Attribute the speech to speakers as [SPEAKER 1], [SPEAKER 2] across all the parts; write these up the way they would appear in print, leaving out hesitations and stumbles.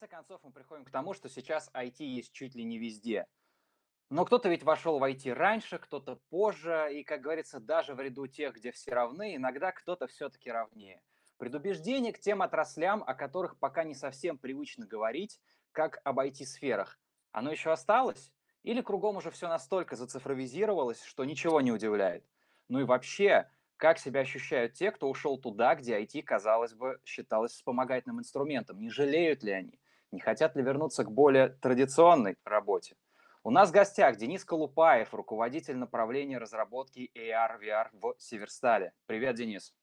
[SPEAKER 1] конце концов, мы приходим к тому, что сейчас IT есть чуть ли не везде. Но кто-то ведь вошел в IT раньше, кто-то позже, и, как говорится, даже в ряду тех, где все равны, иногда кто-то все-таки равнее. Предубеждение к тем отраслям, о которых пока не совсем привычно говорить, как об IT-сферах. Оно еще осталось? Или кругом уже все настолько зацифровизировалось, что ничего не удивляет? Ну и вообще, как себя ощущают те, кто ушел туда, где IT, казалось бы, считалось вспомогательным инструментом? Не жалеют ли они? Не хотят ли вернуться к более традиционной работе? У нас в гостях Денис Колупаев, руководитель направления разработки AR/VR в Северстале. Привет, Денис.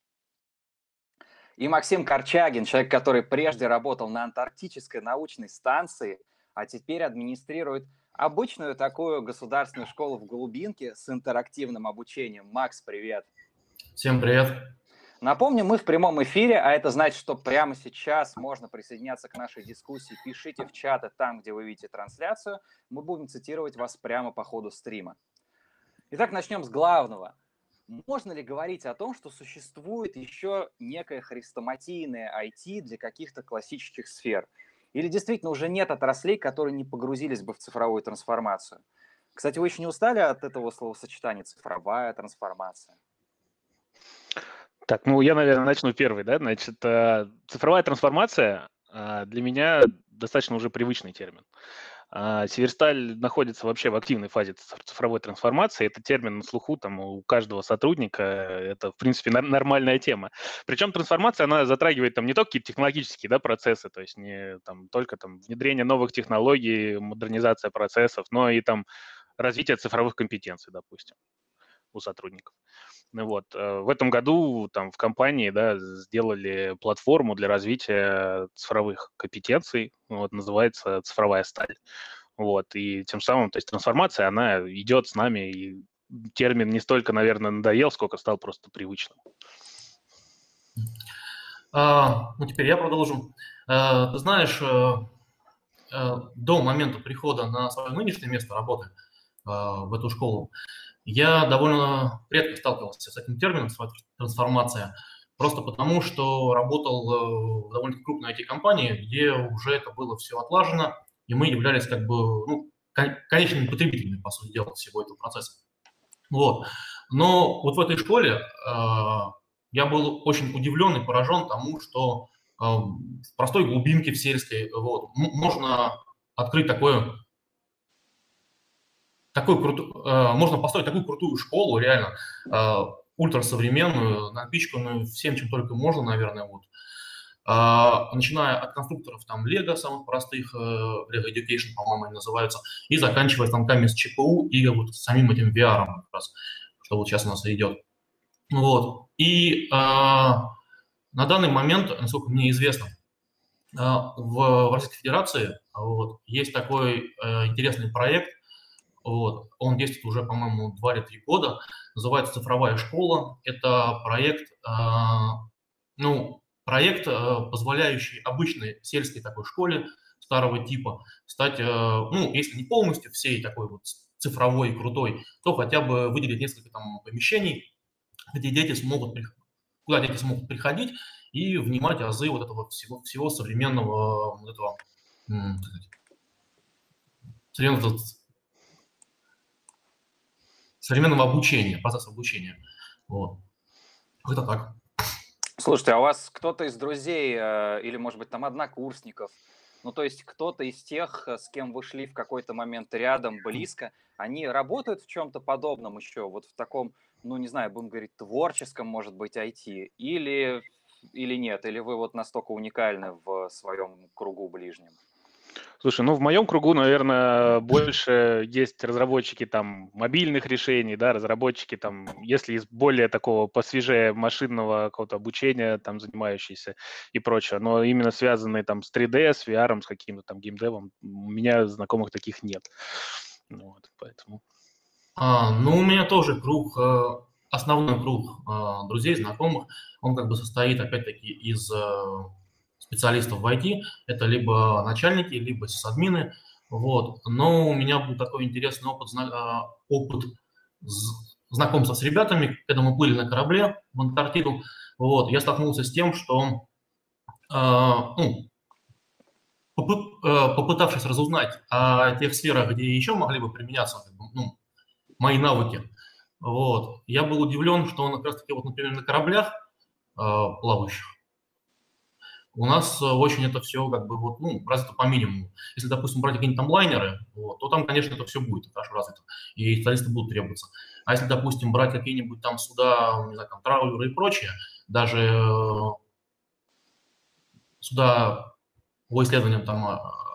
[SPEAKER 1] И Максим Корчагин, человек, который прежде работал на антарктической научной станции, а теперь администрирует обычную такую государственную школу в глубинке с интерактивным обучением. Макс, привет.
[SPEAKER 2] Всем привет.
[SPEAKER 1] Напомню, мы в прямом эфире, а это значит, что прямо сейчас можно присоединяться к нашей дискуссии. Пишите в чаты там, где вы видите трансляцию. Мы будем цитировать вас прямо по ходу стрима. Итак, начнем с главного. Можно ли говорить о том, что существует еще некое хрестоматийное IT для каких-то классических сфер? Или действительно уже нет отраслей, которые не погрузились бы в цифровую трансформацию? Кстати, вы еще не устали от этого словосочетания «цифровая трансформация»?
[SPEAKER 3] Так, ну я, наверное, начну первый, да, значит, цифровая трансформация для меня достаточно уже привычный термин. Северсталь находится вообще в активной фазе цифровой трансформации. Это термин на слуху там у каждого сотрудника. Это, в принципе, нормальная тема. Причем трансформация, она затрагивает там не только какие-то технологические, да, процессы, то есть не там, только там внедрение новых технологий, модернизация процессов, но и там развитие цифровых компетенций, допустим, у сотрудников. Ну вот. В этом году там в компании, да, сделали платформу для развития цифровых компетенций, вот, называется «Цифровая сталь». Вот, и тем самым, то есть трансформация, она идет с нами, и термин не столько, наверное, надоел, сколько стал просто привычным.
[SPEAKER 2] Ну, теперь я продолжу. Ты знаешь, до момента прихода на свое нынешнее место работы в эту школу я довольно редко сталкивался с этим термином «трансформация», просто потому, что работал в довольно крупной IT-компании, где уже это было все отлажено, и мы являлись как бы конечными потребителями, по сути дела, всего этого процесса. Вот. Но вот в этой школе я был очень удивлен и поражен тому, что в простой глубинке, в сельской, вот, можно открыть можно построить такую крутую школу, реально, ультрасовременную, напичканную всем, чем только можно, наверное, вот. Начиная от конструкторов там Lego, самых простых, Lego Education, по-моему, они называются, и заканчивая станками с ЧПУ и вот самим этим VR, как раз, что вот сейчас у нас и идет. Вот. И на данный момент, насколько мне известно, в Российской Федерации вот, есть такой интересный проект. Вот. Он действует уже, по-моему, 2 или 3 года. Называется «Цифровая школа». Это проект, позволяющий обычной сельской такой школе старого типа стать, если не полностью всей такой вот цифровой и крутой, то хотя бы выделить несколько там помещений, где дети смогут приходить и внимать азы вот этого всего современного вот этого, современного обучения, процесса обучения. Вот. Это так.
[SPEAKER 1] Слушайте, а у вас кто-то из друзей или, может быть, там однокурсников, ну, то есть кто-то из тех, с кем вы шли в какой-то момент рядом, близко, они работают в чем-то подобном еще, вот в таком, ну, не знаю, будем говорить, творческом, может быть, IT, или нет, или вы вот настолько уникальны в своем кругу ближнем?
[SPEAKER 3] Слушай, ну в моем кругу, наверное, больше есть разработчики там мобильных решений, да, разработчики там, если из более такого посвежее машинного какого-то обучения там занимающиеся и прочее, но именно связанные там с 3D, с VR, с каким-то там геймдевом, у меня знакомых таких нет. Вот, поэтому.
[SPEAKER 2] У меня тоже основной круг друзей, знакомых, он как бы состоит, опять-таки, из специалистов в IT, это либо начальники, либо сисадмины, вот. Но у меня был такой интересный опыт знакомства с ребятами, когда мы плыли на корабле в Антарктиду, вот. Я столкнулся с тем, что попытавшись разузнать о тех сферах, где еще могли бы применяться ну, мои навыки, вот, я был удивлен, что как раз-таки, вот, например, на кораблях плавающих у нас очень это все как бы вот, ну, развито по минимуму. Если, допустим, брать какие-нибудь там лайнеры, вот, то там, конечно, это все будет хорошо развито, и специалисты будут требоваться. А если, допустим, брать какие-нибудь там суда, не знаю, там траулеры и прочее, даже суда по исследованиям там,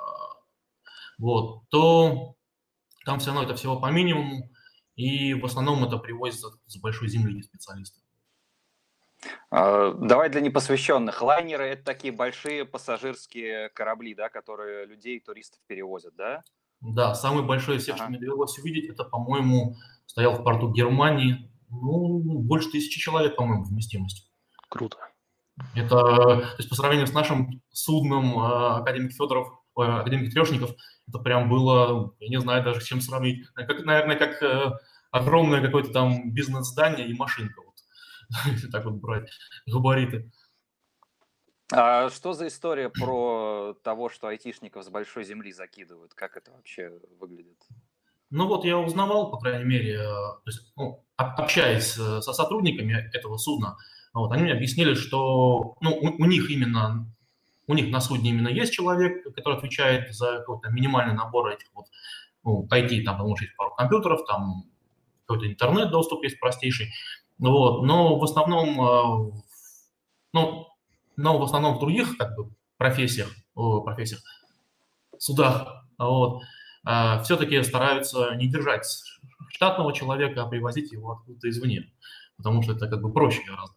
[SPEAKER 2] вот, то там все равно это всего по минимуму, и в основном это привозится с большой земли специалисты.
[SPEAKER 1] Давай для непосвященных. Лайнеры – это такие большие пассажирские корабли, да, которые людей и туристов перевозят, да?
[SPEAKER 2] Да, самый большой из всех,
[SPEAKER 1] Ага.
[SPEAKER 2] что мне довелось увидеть, это, по-моему, стоял в порту Германии, ну, больше 1000 человек, по-моему, вместимость.
[SPEAKER 3] Круто.
[SPEAKER 2] Это, то есть по сравнению с нашим судном академик Федоров, академик Трешников, это прям было, я не знаю даже с чем сравнить, как, наверное, как огромное какое-то там бизнес-здание и машинка, вот, если так вот брать габариты.
[SPEAKER 1] А что за история про того, что айтишников с большой земли закидывают? Как это вообще выглядит?
[SPEAKER 2] Ну вот я узнавал, по крайней мере, то есть, ну, общаясь со сотрудниками этого судна, вот, они мне объяснили, что ну, у них именно, у них на судне именно есть человек, который отвечает за какой-то минимальный набор этих вот, ну, IT, там, потому что есть пару компьютеров, там какой-то интернет-доступ есть простейший, вот, но в основном, ну, но в основном в других как бы профессиях, судах, вот, все-таки стараются не держать штатного человека, а привозить его откуда-то извне, потому что это как бы проще гораздо.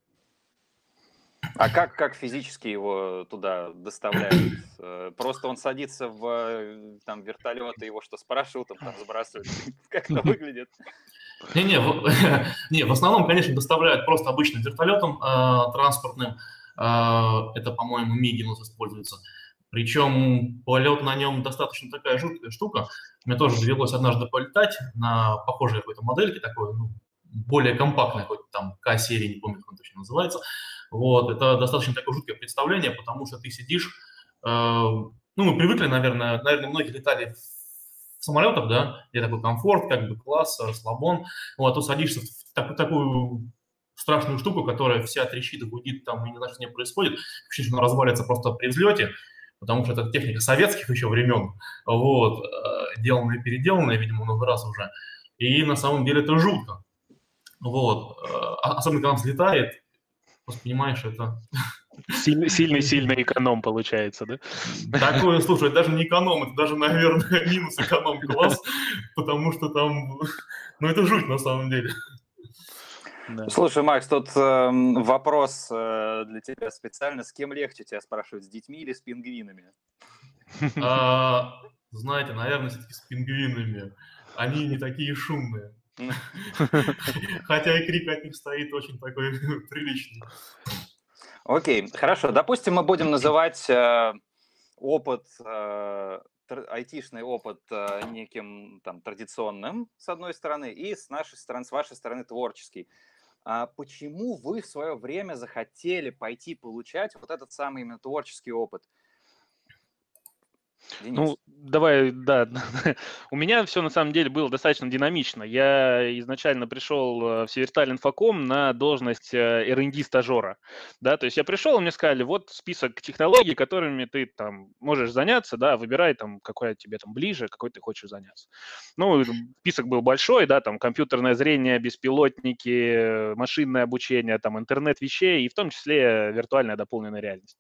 [SPEAKER 1] А как физически его туда доставляют? Просто он садится в там, вертолет, и его что, с парашютом там сбрасывают? Как это выглядит?
[SPEAKER 2] Не, в основном, конечно, доставляют просто обычным вертолетом транспортным. Это, по-моему, МиГи у нас используется. Причем полет на нем достаточно такая жуткая штука. Мне тоже довелось однажды полетать на похожей какой-то модельке, такой, ну, более компактной, хоть там К-серии, не помню, как он точно называется. Вот, это достаточно такое жуткое представление, потому что ты сидишь, ну, мы привыкли, наверное, многие летали в самолетах, да, где такой комфорт, как бы класс, расслабон, вот, а то садишься в такую страшную штуку, которая вся трещит и гудит, там, и не знаю, что с ней происходит, ощущение, что она развалится просто при взлете, потому что это техника советских еще времен, вот, деланная и переделанная, видимо, много раз уже, и на самом деле это жутко, вот, особенно когда он взлетает, просто понимаешь, это...
[SPEAKER 3] Сильный эконом получается, да?
[SPEAKER 2] Такое, слушай, это даже не эконом, это даже, наверное, минус эконом-класс, потому что там, ну, это жуть на самом деле.
[SPEAKER 3] Да.
[SPEAKER 1] Слушай, Макс, тут вопрос для тебя специально. С кем легче, тебя спрашивают, с детьми или с пингвинами?
[SPEAKER 2] Знаете, наверное, все-таки с пингвинами. Они не такие шумные. Хотя и крик от них стоит очень такой приличный.
[SPEAKER 1] Окей, хорошо. Допустим, мы будем называть опыт, айтишный опыт неким там традиционным, с одной стороны, и с нашей стороны, с вашей стороны, творческий. А почему вы в свое время захотели пойти получать вот этот самый именно творческий опыт? Денис.
[SPEAKER 3] Ну, давай, да. У меня все на самом деле было достаточно динамично. Я изначально пришел в Северсталь Инфоком на должность R&D-стажера. Да, то есть я пришел, и мне сказали, вот список технологий, которыми ты там можешь заняться, да, выбирай там, какой тебе там ближе, какой ты хочешь заняться. Ну, список был большой, да, там компьютерное зрение, беспилотники, машинное обучение, там интернет вещей, и в том числе виртуальная дополненная реальность.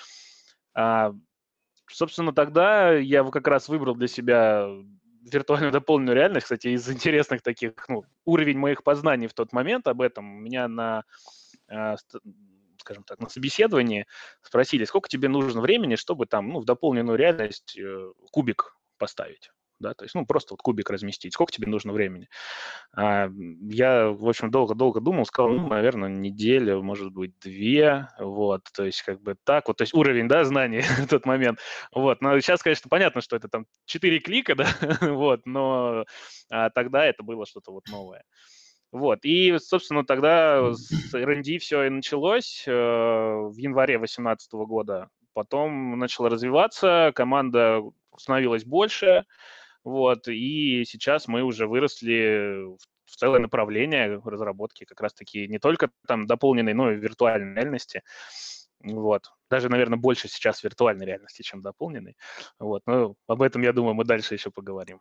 [SPEAKER 3] Собственно, тогда я как раз выбрал для себя виртуальную дополненную реальность. Кстати, из интересных таких, ну, уровень моих познаний в тот момент об этом у меня на, скажем так, на собеседовании спросили, сколько тебе нужно времени, чтобы там, ну, в дополненную реальность кубик поставить. Да, то есть, ну, просто вот кубик разместить. Сколько тебе нужно времени? Я, в общем, долго-долго думал, сказал, ну, наверное, неделю, может быть, 2, вот, то есть, как бы так вот, то есть уровень, да, знаний в тот момент, вот, но сейчас, конечно, понятно, что это там 4 клика, да, вот, но тогда это было что-то вот новое. Вот, и, собственно, тогда с R&D все и началось. В январе 2018 года потом начала развиваться, команда становилась больше, вот, и сейчас мы уже выросли в целое направление разработки как раз-таки не только там дополненной, но и виртуальной реальности. Вот. Даже, наверное, больше сейчас виртуальной реальности, чем дополненной. Вот. Но об этом, я думаю, мы дальше еще поговорим.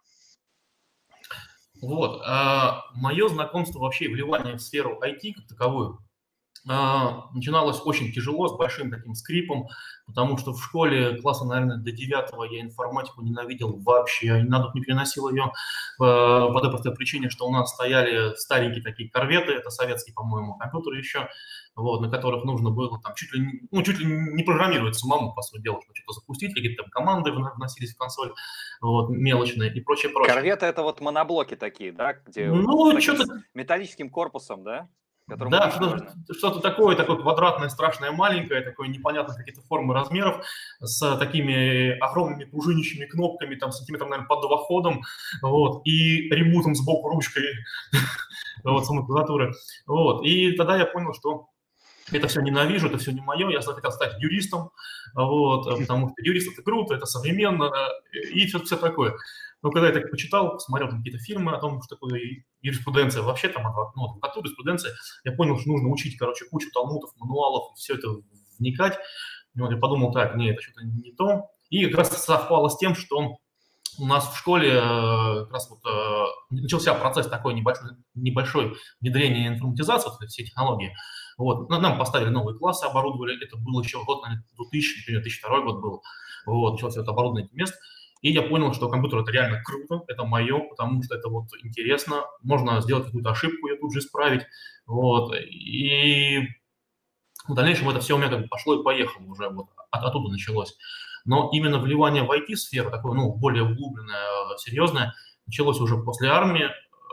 [SPEAKER 2] Вот. Мое знакомство вообще и вливание в сферу IT как таковую начиналось очень тяжело, с большим таким скрипом, потому что в школе класса, наверное, до 9 я информатику ненавидел вообще, я не переносил ее по той простой причине, что у нас стояли старенькие такие корветы, это советские, по-моему, компьютеры еще, вот, на которых нужно было там чуть ли не программировать самому, по сути дела, что-то запустить, какие-то там команды вносились в консоль, вот, мелочные и прочее.
[SPEAKER 1] Корветы — это вот моноблоки такие, да, где
[SPEAKER 2] ну,
[SPEAKER 1] что-то с металлическим корпусом, да?
[SPEAKER 2] Да, что-то такое квадратное, страшное, маленькое, такое непонятное, какие-то формы, размеров, с такими огромными пружинищими кнопками, там, сантиметром, наверное, под 2 ходом, вот, и ребутом сбоку ручкой, вот, самой клавиатуры, вот, и тогда я понял, что это все ненавижу, это все не мое, я хотел стать юристом, вот, потому что юрист — это круто, это современно, и все такое. Но когда я так почитал, посмотрел там какие-то фильмы о том, что такое юриспруденция, вообще там адвокатура, юриспруденция, я понял, что нужно учить, короче, кучу талмудов, мануалов, все это вникать. Вот, я подумал, так, нет, это что-то не то. И как раз совпало с тем, что у нас в школе как раз вот начался процесс такой небольшой внедрения информатизации, вот все технологии. Вот. Нам поставили новые классы, оборудовали, это был еще год, наверное, 2000, например, 2002 год был. Вот, началось это оборудование мест. И я понял, что компьютер — это реально круто, это мое, потому что это вот интересно, можно сделать какую-то ошибку, ее тут же исправить, вот, и в дальнейшем это все у меня как бы пошло и поехало уже, вот, оттуда началось. Но именно вливание в IT-сферу, такое, ну, более углубленное, серьезное, началось уже после армии,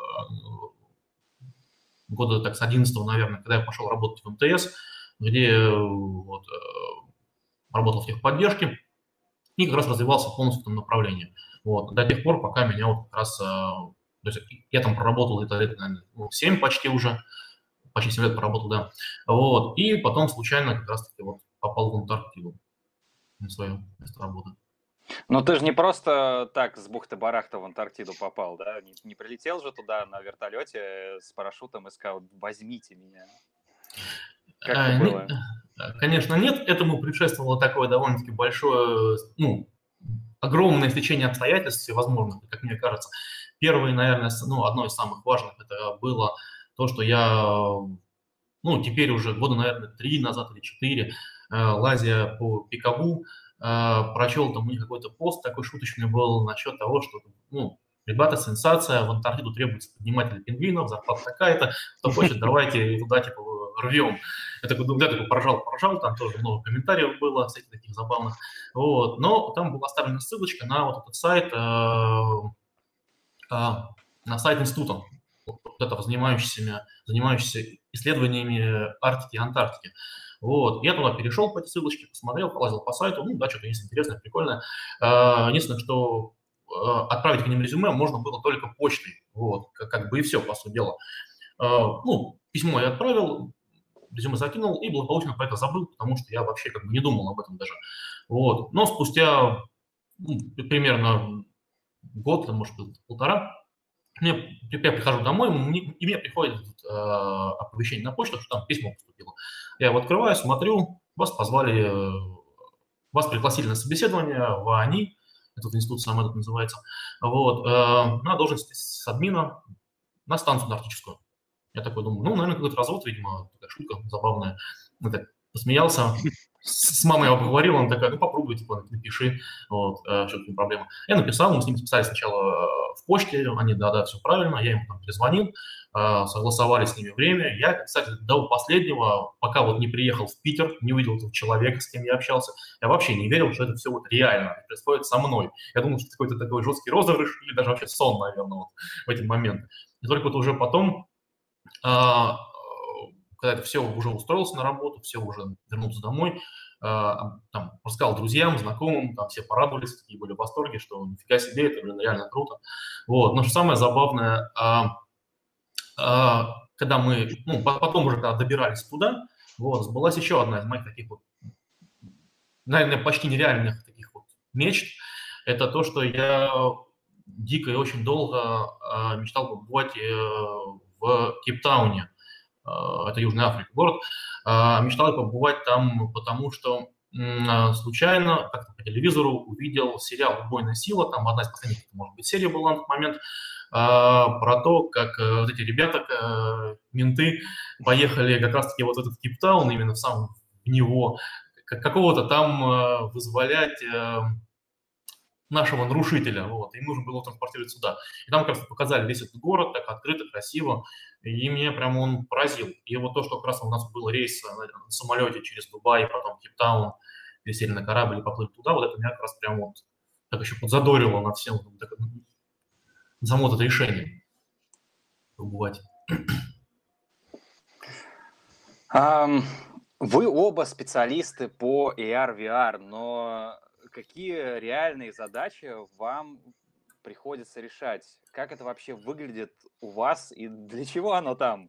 [SPEAKER 2] года так с 11-го, наверное, когда я пошел работать в МТС, где вот, работал в техподдержке, и как раз развивался полностью в этом направлении. Вот. До тех пор, пока меня вот как раз... То есть я там проработал где-то лет, наверное, 7 почти уже, почти 7 лет проработал, да. Вот. И потом случайно как раз-таки вот попал в Антарктиду на свое место работы.
[SPEAKER 1] Но ты же не просто так с бухты-барахта в Антарктиду попал, да? Не прилетел же туда на вертолете с парашютом и сказал: возьмите меня. Как это было?
[SPEAKER 2] Конечно, нет. Этому предшествовало такое довольно-таки большое, ну, огромное стечение обстоятельств всевозможных, как мне кажется. Первое, наверное, ну, одно из самых важных, это было то, что я, ну, теперь уже года, наверное, 3 назад или 4, лазя по Пикабу, прочел там у них какой-то пост такой шуточный был насчет того, что, ну, ребята, сенсация, в Антарктиду требуется подниматели пингвинов, зарплата такая-то, кто хочет, давайте туда, типа, рвем. Я такой, поражал, там тоже много комментариев было, всяких таких забавных. Вот. Но там была оставлена ссылочка на вот этот сайт, на сайт института, вот этого, занимающийся исследованиями Арктики и Антарктики. Вот. Я туда перешел по этой ссылочке, посмотрел, полазил по сайту, ну да, что-то есть интересное, прикольное. Единственное, что отправить к ним резюме можно было только почтой, вот, как бы и все, по сути дела. Ну, письмо я отправил, резюме закинул и благополучно про это забыл, потому что я вообще как бы не думал об этом даже. Вот. Но спустя примерно год, может быть, полтора, я прихожу домой, и мне приходит оповещение на почту, что там письмо поступило. Я его открываю, смотрю, вас пригласили на собеседование в ААНИ, этот институт сам этот называется, вот, на должность с админа на станцию арктическую. Я такой думаю, ну, наверное, какой-то развод, видимо, такая шутка забавная. Я так посмеялся, с мамой я поговорил, она такая, ну, попробуй, типа, напиши, вот, что-то не проблема. Я написал, мы с ним списали сначала в почте, они, да, все правильно, я ему там перезвонил, согласовали с ними время. Я, кстати, до последнего, пока вот не приехал в Питер, не увидел этого человека, с кем я общался, я вообще не верил, что это все вот реально происходит со мной. Я думал, что это какой-то такой жесткий розыгрыш или даже вообще сон, наверное, вот в эти моменты. И только вот уже потом, когда это все уже устроился на работу, все уже вернулся домой, там, рассказал друзьям, знакомым, там все порадовались, такие были в восторге, что нифига себе, это, блин, реально круто. Вот. Но что самое забавное, когда мы, ну, потом уже когда добирались туда, вот, сбылась еще одна из моих таких вот наверное, почти нереальных таких вот мечт, это то, что я дико и очень долго мечтал побывать в Кейптауне. Это Южная Африка, город. Мечтал я побывать там, потому что случайно как-то по телевизору увидел сериал «Убойная сила», там одна из последних, может быть, серий была на тот момент, про то, как вот эти ребята, менты, поехали как раз-таки вот в этот Кейптаун, именно в него, какого-то там вызволять нашего нарушителя, вот, им нужно было транспортировать сюда. И там как раз показали весь этот город, так открыто, красиво, и меня прям он поразил. И вот то, что как раз у нас был рейс на самолете через Дубай, потом Кейптаун, пересели на корабль и поплыли туда, вот это меня как раз прям вот так еще подзадорило над всем, само вот это решение побывать.
[SPEAKER 1] Вы оба специалисты по AR, VR, но какие реальные задачи вам приходится решать? Как это вообще выглядит у вас и для чего оно там?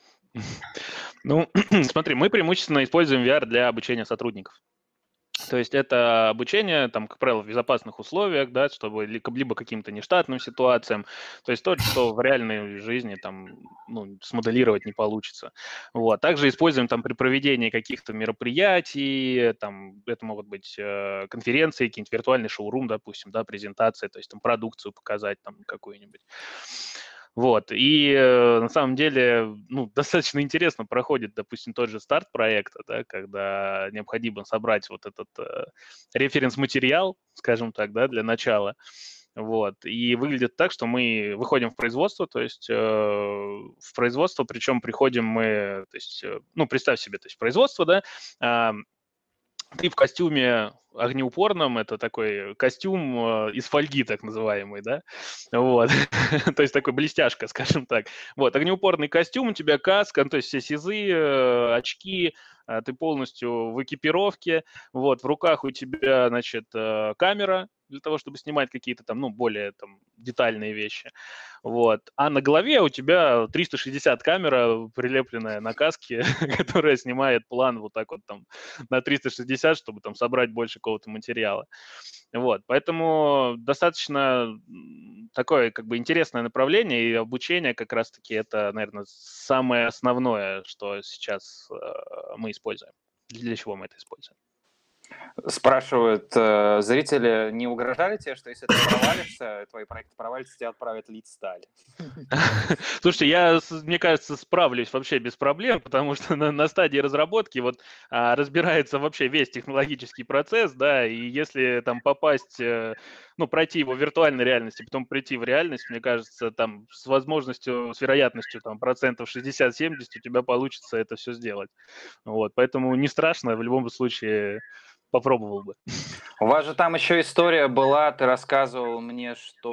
[SPEAKER 3] Ну, смотри, мы преимущественно используем VR для обучения сотрудников. То есть это обучение, там, как правило, в безопасных условиях, да, чтобы либо каким-то нештатным ситуациям, то есть то, что в реальной жизни там, ну, смоделировать не получится. Вот. Также используем там при проведении каких-то мероприятий, там, это могут быть конференции, какие-нибудь виртуальный шоурум, допустим, да, презентации, то есть там продукцию показать там какую-нибудь. Вот, и на самом деле, ну, достаточно интересно проходит, допустим, тот же старт проекта, да, когда необходимо собрать вот этот референс-материал, скажем так, да, для начала. Вот, и выглядит так, что мы выходим в производство, то есть в производство, причем приходим мы, то есть, ну, представь себе, то есть производство, да, ты в костюме огнеупорном, это такой костюм из фольги, так называемый, да, вот, то есть такой блестяшка, скажем так. Вот, огнеупорный костюм, у тебя каска, ну, то есть все СИЗы, очки, ты полностью в экипировке, вот, в руках у тебя, значит, камера для того, чтобы снимать какие-то там, ну, более там детальные вещи, вот, а на голове у тебя 360 камера, прилепленная на каске, которая снимает план вот так вот там на 360, чтобы там собрать больше какого-то материала. Вот, поэтому достаточно такое как бы интересное направление, и обучение как раз-таки это, наверное, самое основное, что сейчас мы используем. Для чего мы это используем?
[SPEAKER 1] Спрашивают зрители, не угрожали тебе, что если ты провалишься, твои проекты провалятся, тебя отправят лить сталь?
[SPEAKER 3] Слушайте, я, мне кажется, справлюсь вообще без проблем, потому что на стадии разработки вот разбирается вообще весь технологический процесс, да, и если там попасть, ну, пройти его в виртуальной реальности, потом прийти в реальность, мне кажется, там с возможностью, с вероятностью там процентов 60-70 у тебя получится это все сделать. Вот, поэтому не страшно, в любом случае попробовал бы.
[SPEAKER 1] У вас же там еще история была, ты рассказывал мне,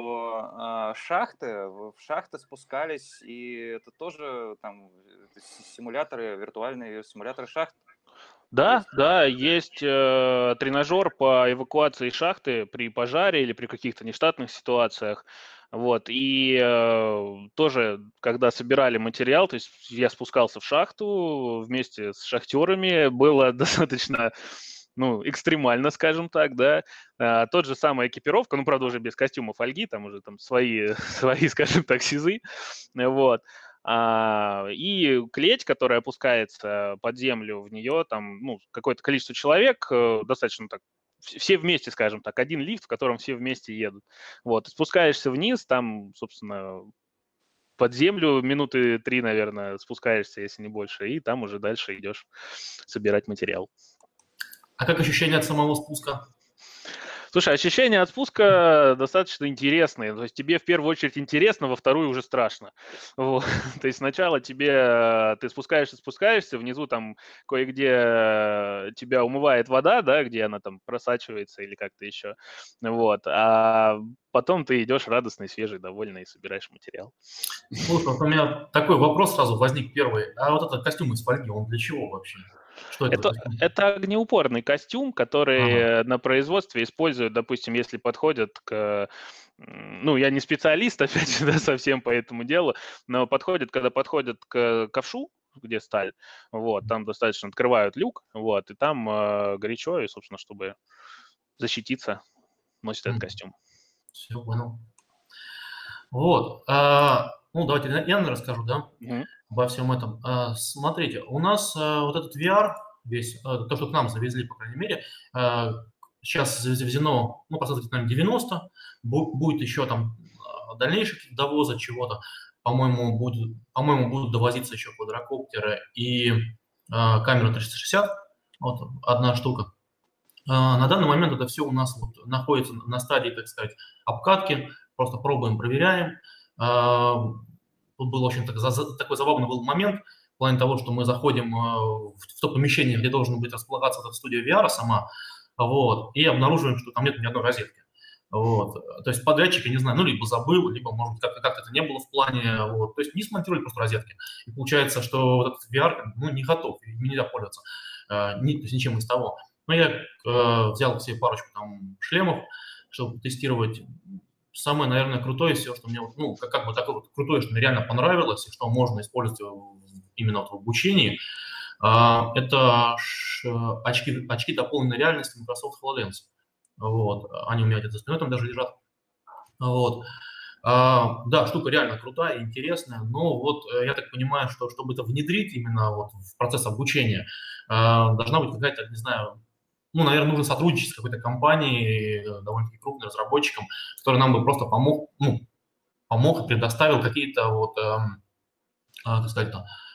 [SPEAKER 1] что шахты, вы в шахты спускались, и это тоже там симуляторы, виртуальные симуляторы шахт?
[SPEAKER 3] Да,
[SPEAKER 1] Есть?
[SPEAKER 3] да, есть тренажер по эвакуации шахты при пожаре или при каких-то нештатных ситуациях. Вот, и тоже, когда собирали материал, то есть я спускался в шахту вместе с шахтерами, было достаточно, ну, экстремально, скажем так, да. Тот же самая экипировка, ну, правда, уже без костюма фольги, там уже там свои, скажем так, СИЗы, вот. И клеть, которая опускается под землю, в нее там, ну, какое-то количество человек, достаточно так, все вместе, скажем так, один лифт, в котором все вместе едут. Вот, спускаешься вниз, там, собственно, под землю минуты 3, наверное, спускаешься, если не больше, и там уже дальше идешь собирать материал.
[SPEAKER 2] А как ощущение от самого спуска?
[SPEAKER 3] Слушай, ощущения от спуска достаточно интересные. То есть тебе в первую очередь интересно, во вторую уже страшно. Вот. То есть сначала ты спускаешься, внизу там кое-где тебя умывает вода, да, где она там просачивается или как-то еще. Вот. А потом ты идешь радостный, свежий, довольный и собираешь материал.
[SPEAKER 2] Слушай, вот у меня такой вопрос сразу возник первый. А вот этот костюм из фольги, он для чего вообще? Что это за костюм?
[SPEAKER 3] Это огнеупорный костюм, который на производстве используют, допустим, если подходят к... Ну, я не специалист, опять же, да, совсем по этому делу, но когда подходят к ковшу, где сталь, вот, там достаточно открывают люк, вот, и там горячо, и, собственно, чтобы защититься, носит этот костюм.
[SPEAKER 2] Все, понял. Вот, ну, давайте я, наверное, расскажу, да, обо всем этом. Смотрите, у нас вот этот VR, весь, то, что к нам завезли, по крайней мере, сейчас завезено, ну, процентов, наверное, 90, будет еще там дальнейшие довозы чего-то, по-моему, будут довозиться еще квадрокоптеры и камера 360, вот одна штука. На данный момент это все у нас вот находится на стадии, так сказать, обкатки, просто пробуем, проверяем. Тут был очень такой забавный был момент в плане того, что мы заходим в то помещение, где должен быть располагаться эта студия VR сама, вот, и обнаруживаем, что там нет ни одной розетки. Вот. То есть подрядчик, я не знаю, ну, либо забыл, либо, может быть, как-то это не было в плане, вот. То есть не смонтировали просто розетки. И получается, что вот этот VR, ну, не готов, нельзя пользоваться, то есть ничем из того. Но я взял себе парочку там шлемов, чтобы тестировать. Самое, наверное, крутое все, что мне, ну, как бы такое вот крутое, что мне реально понравилось, и что можно использовать именно вот в обучении, это очки дополненной реальности Microsoft HoloLens. Вот. Они у меня где-то за спиной там даже лежат. Вот. Да, штука реально крутая, интересная, но вот я так понимаю, что чтобы это внедрить именно вот в процесс обучения, должна быть какая-то, не знаю, ну, наверное, нужно сотрудничать с какой-то компанией, довольно-таки крупным разработчиком, который нам бы просто помог и предоставил какие-то вот, так сказать,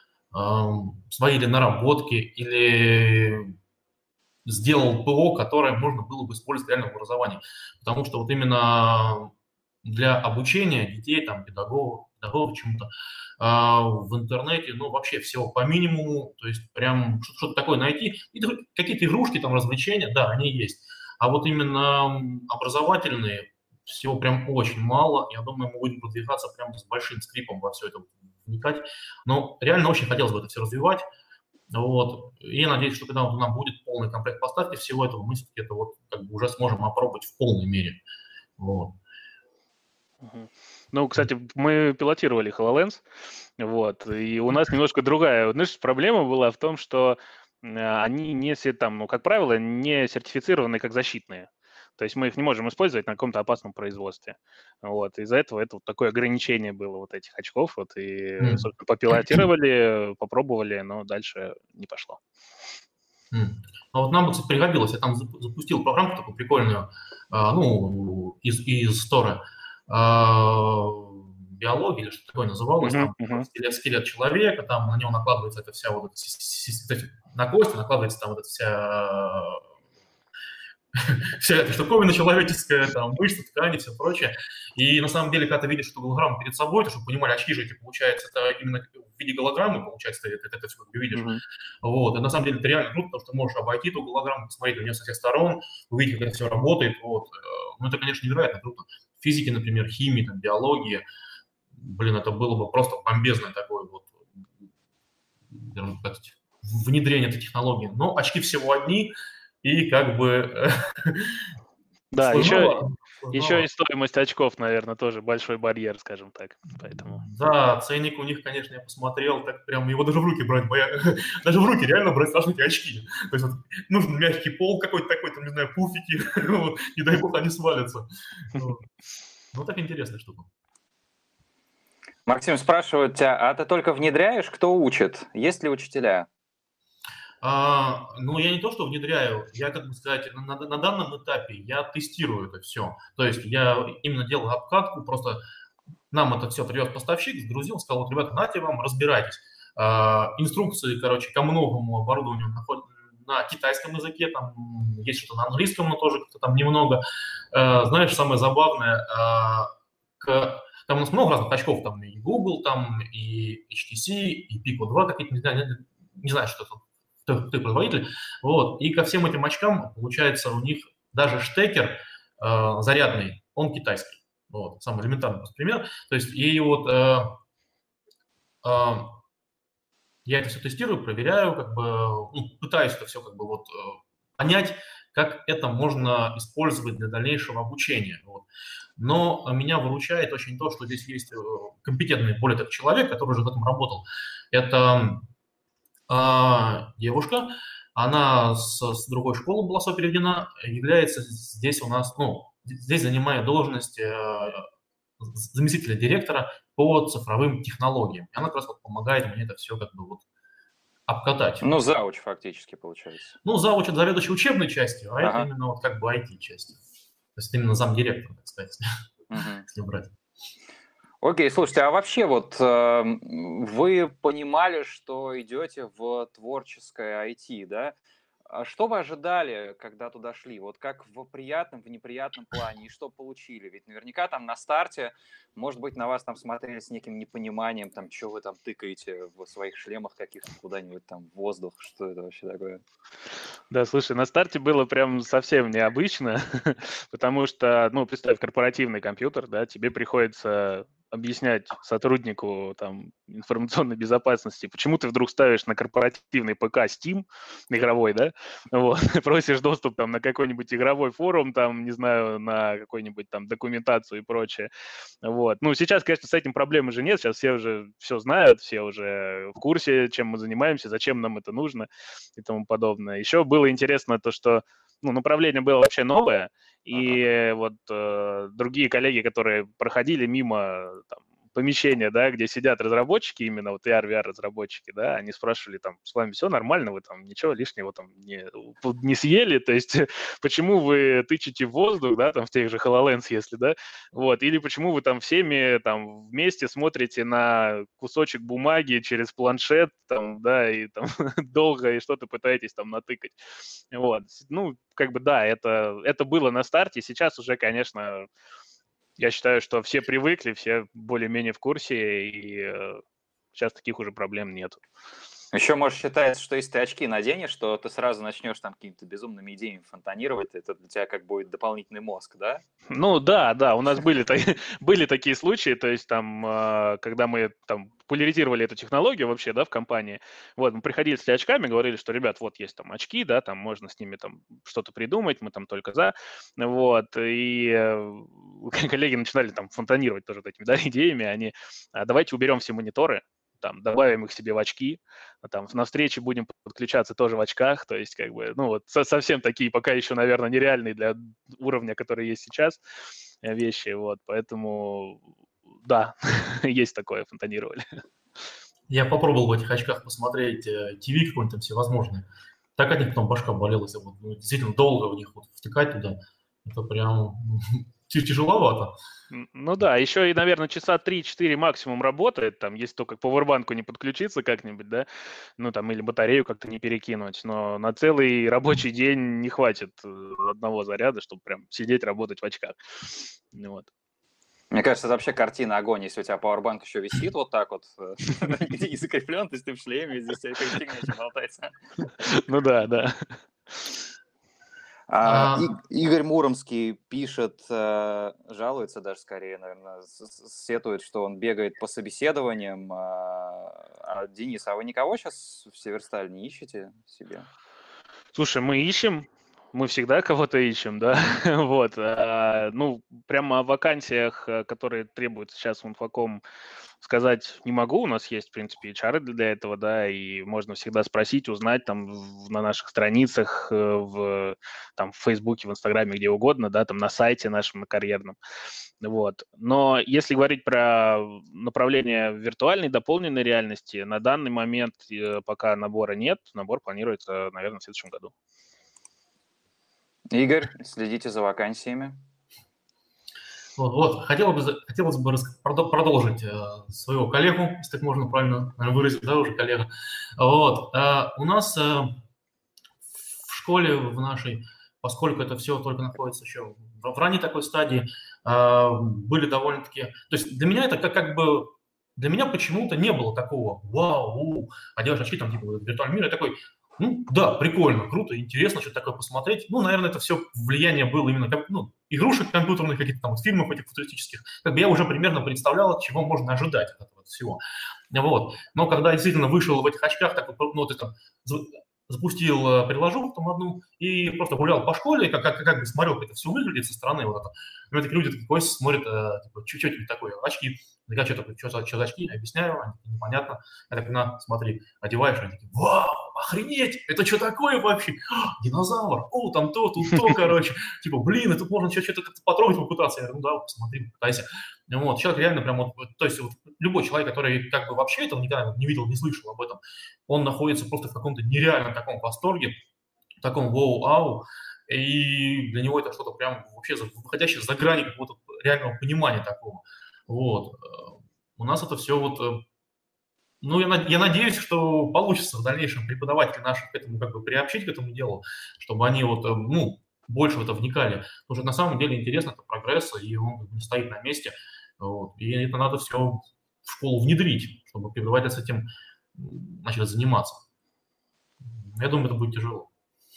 [SPEAKER 2] свои или наработки, или сделал ПО, которое можно было бы использовать реально в образовании. Потому что вот именно для обучения детей, там, педагогов чему-то, в интернете, ну, вообще всего по минимуму, то есть прям что-то такое найти. И какие-то игрушки, там, развлечения, да, они есть. А вот именно образовательные всего прям очень мало. Я думаю, мы будем продвигаться прям с большим скрипом во все это вникать. Но реально очень хотелось бы это все развивать. Вот. И я надеюсь, что когда у нас будет полный комплект поставки всего этого, мы все-таки это вот как бы уже сможем опробовать в полной мере. Вот.
[SPEAKER 3] Ну, кстати, мы пилотировали HoloLens, вот, и у нас немножко другая, знаешь, проблема была в том, что они не, там, ну, как правило, не сертифицированы как защитные. То есть мы их не можем использовать на каком-то опасном производстве. Вот. Из-за этого это вот такое ограничение было вот этих очков. Вот, и, собственно, попилотировали, попробовали, но дальше не пошло.
[SPEAKER 2] А вот нам бы, кстати, пригодилось. Я там запустил программку такую прикольную, ну, из стора, биологии или что такое называлось, там скелет человека, там на него накладывается эта вся вот на кости накладывается там вот эта вся эта штуковина человеческая, там, мышцы, ткани, все прочее. И на самом деле, когда ты видишь эту голограмму перед собой, то, чтобы понимали, очки же эти, получается, это именно в виде голограммы, получается, ты это все как бы видишь. Вот. И на самом деле это реально круто, потому что ты можешь обойти эту голограмму, посмотреть на нее со всех сторон, увидеть, как это все работает. Вот. Ну, это, конечно, невероятно круто. Физики, например, химии, там, биологии, блин, это было бы просто бомбезное такое вот, внедрение этой технологии. Но очки всего одни, и как бы...
[SPEAKER 3] Да, еще и стоимость очков, наверное, тоже большой барьер, скажем так. Поэтому...
[SPEAKER 2] Да, ценник у них, конечно, я посмотрел, так прям его даже в руки брать, даже в руки реально брать страшно эти очки. То есть вот, нужен мягкий пол какой-то такой, там, не знаю, пуфики, не дай бог они свалятся. Ну, так интересная штука.
[SPEAKER 1] Максим спрашивает тебя, а ты только внедряешь, кто учит? Есть ли учителя?
[SPEAKER 2] Ну, я не то, что внедряю, я, как бы сказать, на данном этапе я тестирую это все. То есть я именно делаю обкатку, просто нам это все привез поставщик, сгрузил, сказал, вот, ребята, нате вам, разбирайтесь. Инструкции, короче, ко многому оборудованию находят на китайском языке, там есть что-то на английском, но тоже как-то там немного. Знаешь, самое забавное, там у нас много разных очков, там и Google, там и HTC, и Pico 2 какие-то, не знаю, что это. Кто производитель, вот, и ко всем этим очкам, получается, у них даже штекер зарядный, он китайский, вот, самый элементарный пример, то есть, и вот я это все тестирую, проверяю, как бы, ну, пытаюсь это все, как бы, вот, понять, как это можно использовать для дальнейшего обучения, вот. Но меня выручает очень то, что здесь есть компетентный, более так, человек, который уже в этом работал, это девушка, она с другой школы была переведена, является здесь у нас, ну, здесь занимает должность заместителя директора по цифровым технологиям. И она как раз вот помогает мне это все как бы вот обкатать.
[SPEAKER 1] Ну, зауч фактически получается.
[SPEAKER 2] Ну, зауч это заведующий учебной частью, а это
[SPEAKER 1] Ага.
[SPEAKER 2] именно вот как бы IT-частью. То есть именно замдиректора, так сказать,
[SPEAKER 1] Мгм.
[SPEAKER 2] если брать.
[SPEAKER 1] Окей, слушайте, а вообще вот вы понимали, что идете в творческое IT, да? А что вы ожидали, когда туда шли? Вот как в приятном, в неприятном плане, и что получили? Ведь наверняка там на старте, может быть, на вас там смотрели с неким непониманием, там, что вы там тыкаете в своих шлемах каких-то куда-нибудь там в воздух, что это вообще такое?
[SPEAKER 3] Да, слушай, на старте было прям совсем необычно, потому что, ну, представь, корпоративный компьютер, да, тебе приходится объяснять сотруднику там информационной безопасности, почему ты вдруг ставишь на корпоративный ПК Steam игровой, да, вот, просишь доступ там на какой-нибудь игровой форум, там, не знаю, на какую-нибудь там документацию и прочее, вот. Ну, сейчас, конечно, с этим проблем уже нет, сейчас все уже все знают, все уже в курсе, чем мы занимаемся, зачем нам это нужно и тому подобное. Еще было интересно то, что ну, направление было вообще новое, и вот другие коллеги, которые проходили мимо там, помещения, да, где сидят разработчики, именно вот AR, VR-разработчики, да, они спрашивали там, с вами все нормально, вы там ничего лишнего там не съели, то есть почему вы тычете в воздух, да, там в тех же HoloLens, если, да, вот, или почему вы там всеми там вместе смотрите на кусочек бумаги через планшет, там, да, и там долго и что-то пытаетесь там натыкать. Вот. Ну, как бы да, это было на старте, сейчас уже, конечно, я считаю, что все привыкли, все более-менее в курсе, и сейчас таких уже проблем нет.
[SPEAKER 1] Еще, может, считается, что если ты очки наденешь, то ты сразу начнешь там какими-то безумными идеями фонтанировать, это для тебя как будет дополнительный мозг, да?
[SPEAKER 3] Ну да, да, у нас были, были такие случаи, то есть там, когда мы там популяризировали эту технологию вообще, да, в компании, вот, мы приходили с очками, говорили, что, ребят, вот есть там очки, да, там можно с ними там что-то придумать, мы там только за, вот, и коллеги начинали там фонтанировать тоже вот этими, да, идеями, они, давайте уберем все мониторы, там, добавим их себе в очки, там, на встрече будем подключаться тоже в очках, то есть, как бы, ну, вот, совсем такие пока еще, наверное, нереальные для уровня, который есть сейчас, вещи, вот, поэтому, да, есть такое, фонтанировали.
[SPEAKER 2] Я попробовал в этих очках посмотреть ТВ какой-нибудь там всевозможный. Так от них потом башка болела, если вот, ну, действительно долго в них вот втыкать туда. Это прям тяжеловато.
[SPEAKER 3] Ну да, еще и, наверное, часа 3-4 максимум работает, там, если только к пауэрбанку не подключиться как-нибудь, да, ну там, или батарею как-то не перекинуть, но на целый рабочий день не хватит одного заряда, чтобы прям сидеть, работать в очках. Вот.
[SPEAKER 1] Мне кажется, это вообще картина огонь, если у тебя пауэрбанк еще висит вот так вот, нигде не закреплен, то есть ты в шлеме, здесь вся эта фигня еще болтается.
[SPEAKER 3] Ну да, да.
[SPEAKER 1] Игорь Муромский пишет, жалуется даже скорее, наверное, сетует, что он бегает по собеседованиям. Денис, а вы никого сейчас в Северсталь не ищете себе?
[SPEAKER 3] Слушай, мы ищем, мы всегда кого-то ищем, да, вот, ну, прямо о вакансиях, которые требуются сейчас в Инфоком, сказать не могу, у нас есть, в принципе, HR для этого, да, и можно всегда спросить, узнать там на наших страницах, там, в Фейсбуке, в Инстаграме, где угодно, да, там на сайте нашем, на карьерном, вот. Но если говорить про направление виртуальной, дополненной реальности, на данный момент пока набора нет, набор планируется, наверное, в следующем году.
[SPEAKER 1] Игорь, следите за вакансиями.
[SPEAKER 2] Вот. Хотелось бы продолжить своего коллегу, если так можно правильно выразить, да, уже коллега. Вот. У нас в школе, в нашей, поскольку это все только находится еще в ранней такой стадии, были довольно-таки... То есть для меня это как бы... Для меня почему-то не было такого «Вау, одеваешь очки, там, типа, виртуальный мир». Я такой, ну, да, прикольно, круто, интересно что-то такое посмотреть. Ну, наверное, это все влияние было именно как, ну, игрушек компьютерных, каких-то там вот фильмов этих футуристических. Как бы я уже примерно представлял, чего можно ожидать от этого всего. Вот. Но когда действительно вышел в этих очках, так вот, ну, ты там запустил приложуху там одну и просто гулял по школе, как бы смотрел, как это все выглядит со стороны. Вот это. У меня такие люди такие ходят, смотрят, типа, что тебе такое, очки. Я что такое, что за очки? Объясняю, они такие, непонятно. Я так, на, смотри, одеваешь, они такие, вау, охренеть, это что такое вообще? Динозавр, о, там то, тут то, короче. Типа, блин, и тут можно что-то потрогать, попытаться. Я говорю, ну да, посмотри, попытайся. Вот, человек реально прям вот, то есть вот любой человек, который как бы вообще этого никогда не видел, не слышал об этом, он находится просто в каком-то нереальном таком восторге, в таком воу-ау, и для него это что-то прям вообще выходящее за грани какого-то реального понимания такого. Вот. У нас это все вот, ну, я надеюсь, что получится в дальнейшем преподавателей наших к этому как бы приобщить к этому делу, чтобы они вот, ну, больше в это вникали. Потому что на самом деле интересно, это прогресс, и он не стоит на месте. Вот. И это надо все в школу внедрить, чтобы преподаватели с этим начали заниматься. Я думаю, это будет тяжело.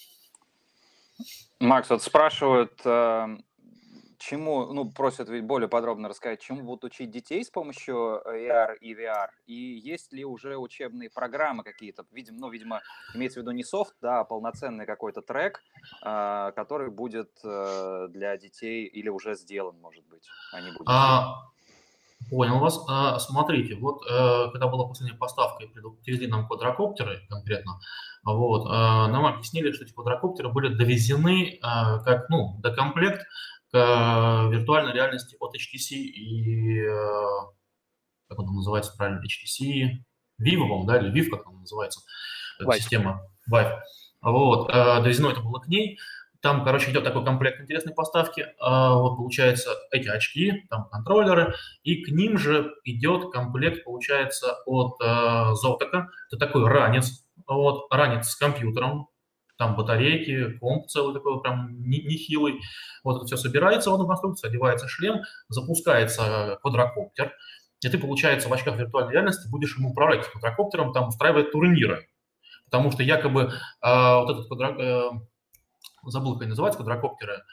[SPEAKER 1] Макс, вот спрашивают, чему, ну, просят ведь более подробно рассказать, чему будут учить детей с помощью AR и VR, и есть ли уже учебные программы какие-то, видимо, имеется в виду не софт, да, а полноценный какой-то трек, который будет для детей или уже сделан, может быть, а не будет.
[SPEAKER 2] Понял вас. Смотрите, вот когда была последняя поставка, привезли нам квадрокоптеры конкретно, вот, нам объяснили, что эти квадрокоптеры были довезены как, ну, докомплект к виртуальной реальности от HTC и, как он называется правильно, HTC Vivo, по-моему, да, или Vive, как он называется, система Vive. Вот, довезено это было к ней. Там, короче, идет такой комплект интересной поставки. Вот, получается, эти очки, там контроллеры, и к ним же идет комплект, получается, от Zotac. Это такой ранец, вот, ранец с компьютером, там батарейки, комп целый такой, прям нехилый. Вот это все собирается в одну конструкцию, одевается шлем, запускается квадрокоптер, и ты, получается, в очках виртуальной реальности будешь ему управлять квадрокоптером, там устраивать турниры. Потому что якобы вот этот квадрокоптер, забыл, как они называются, квадрокоптеры,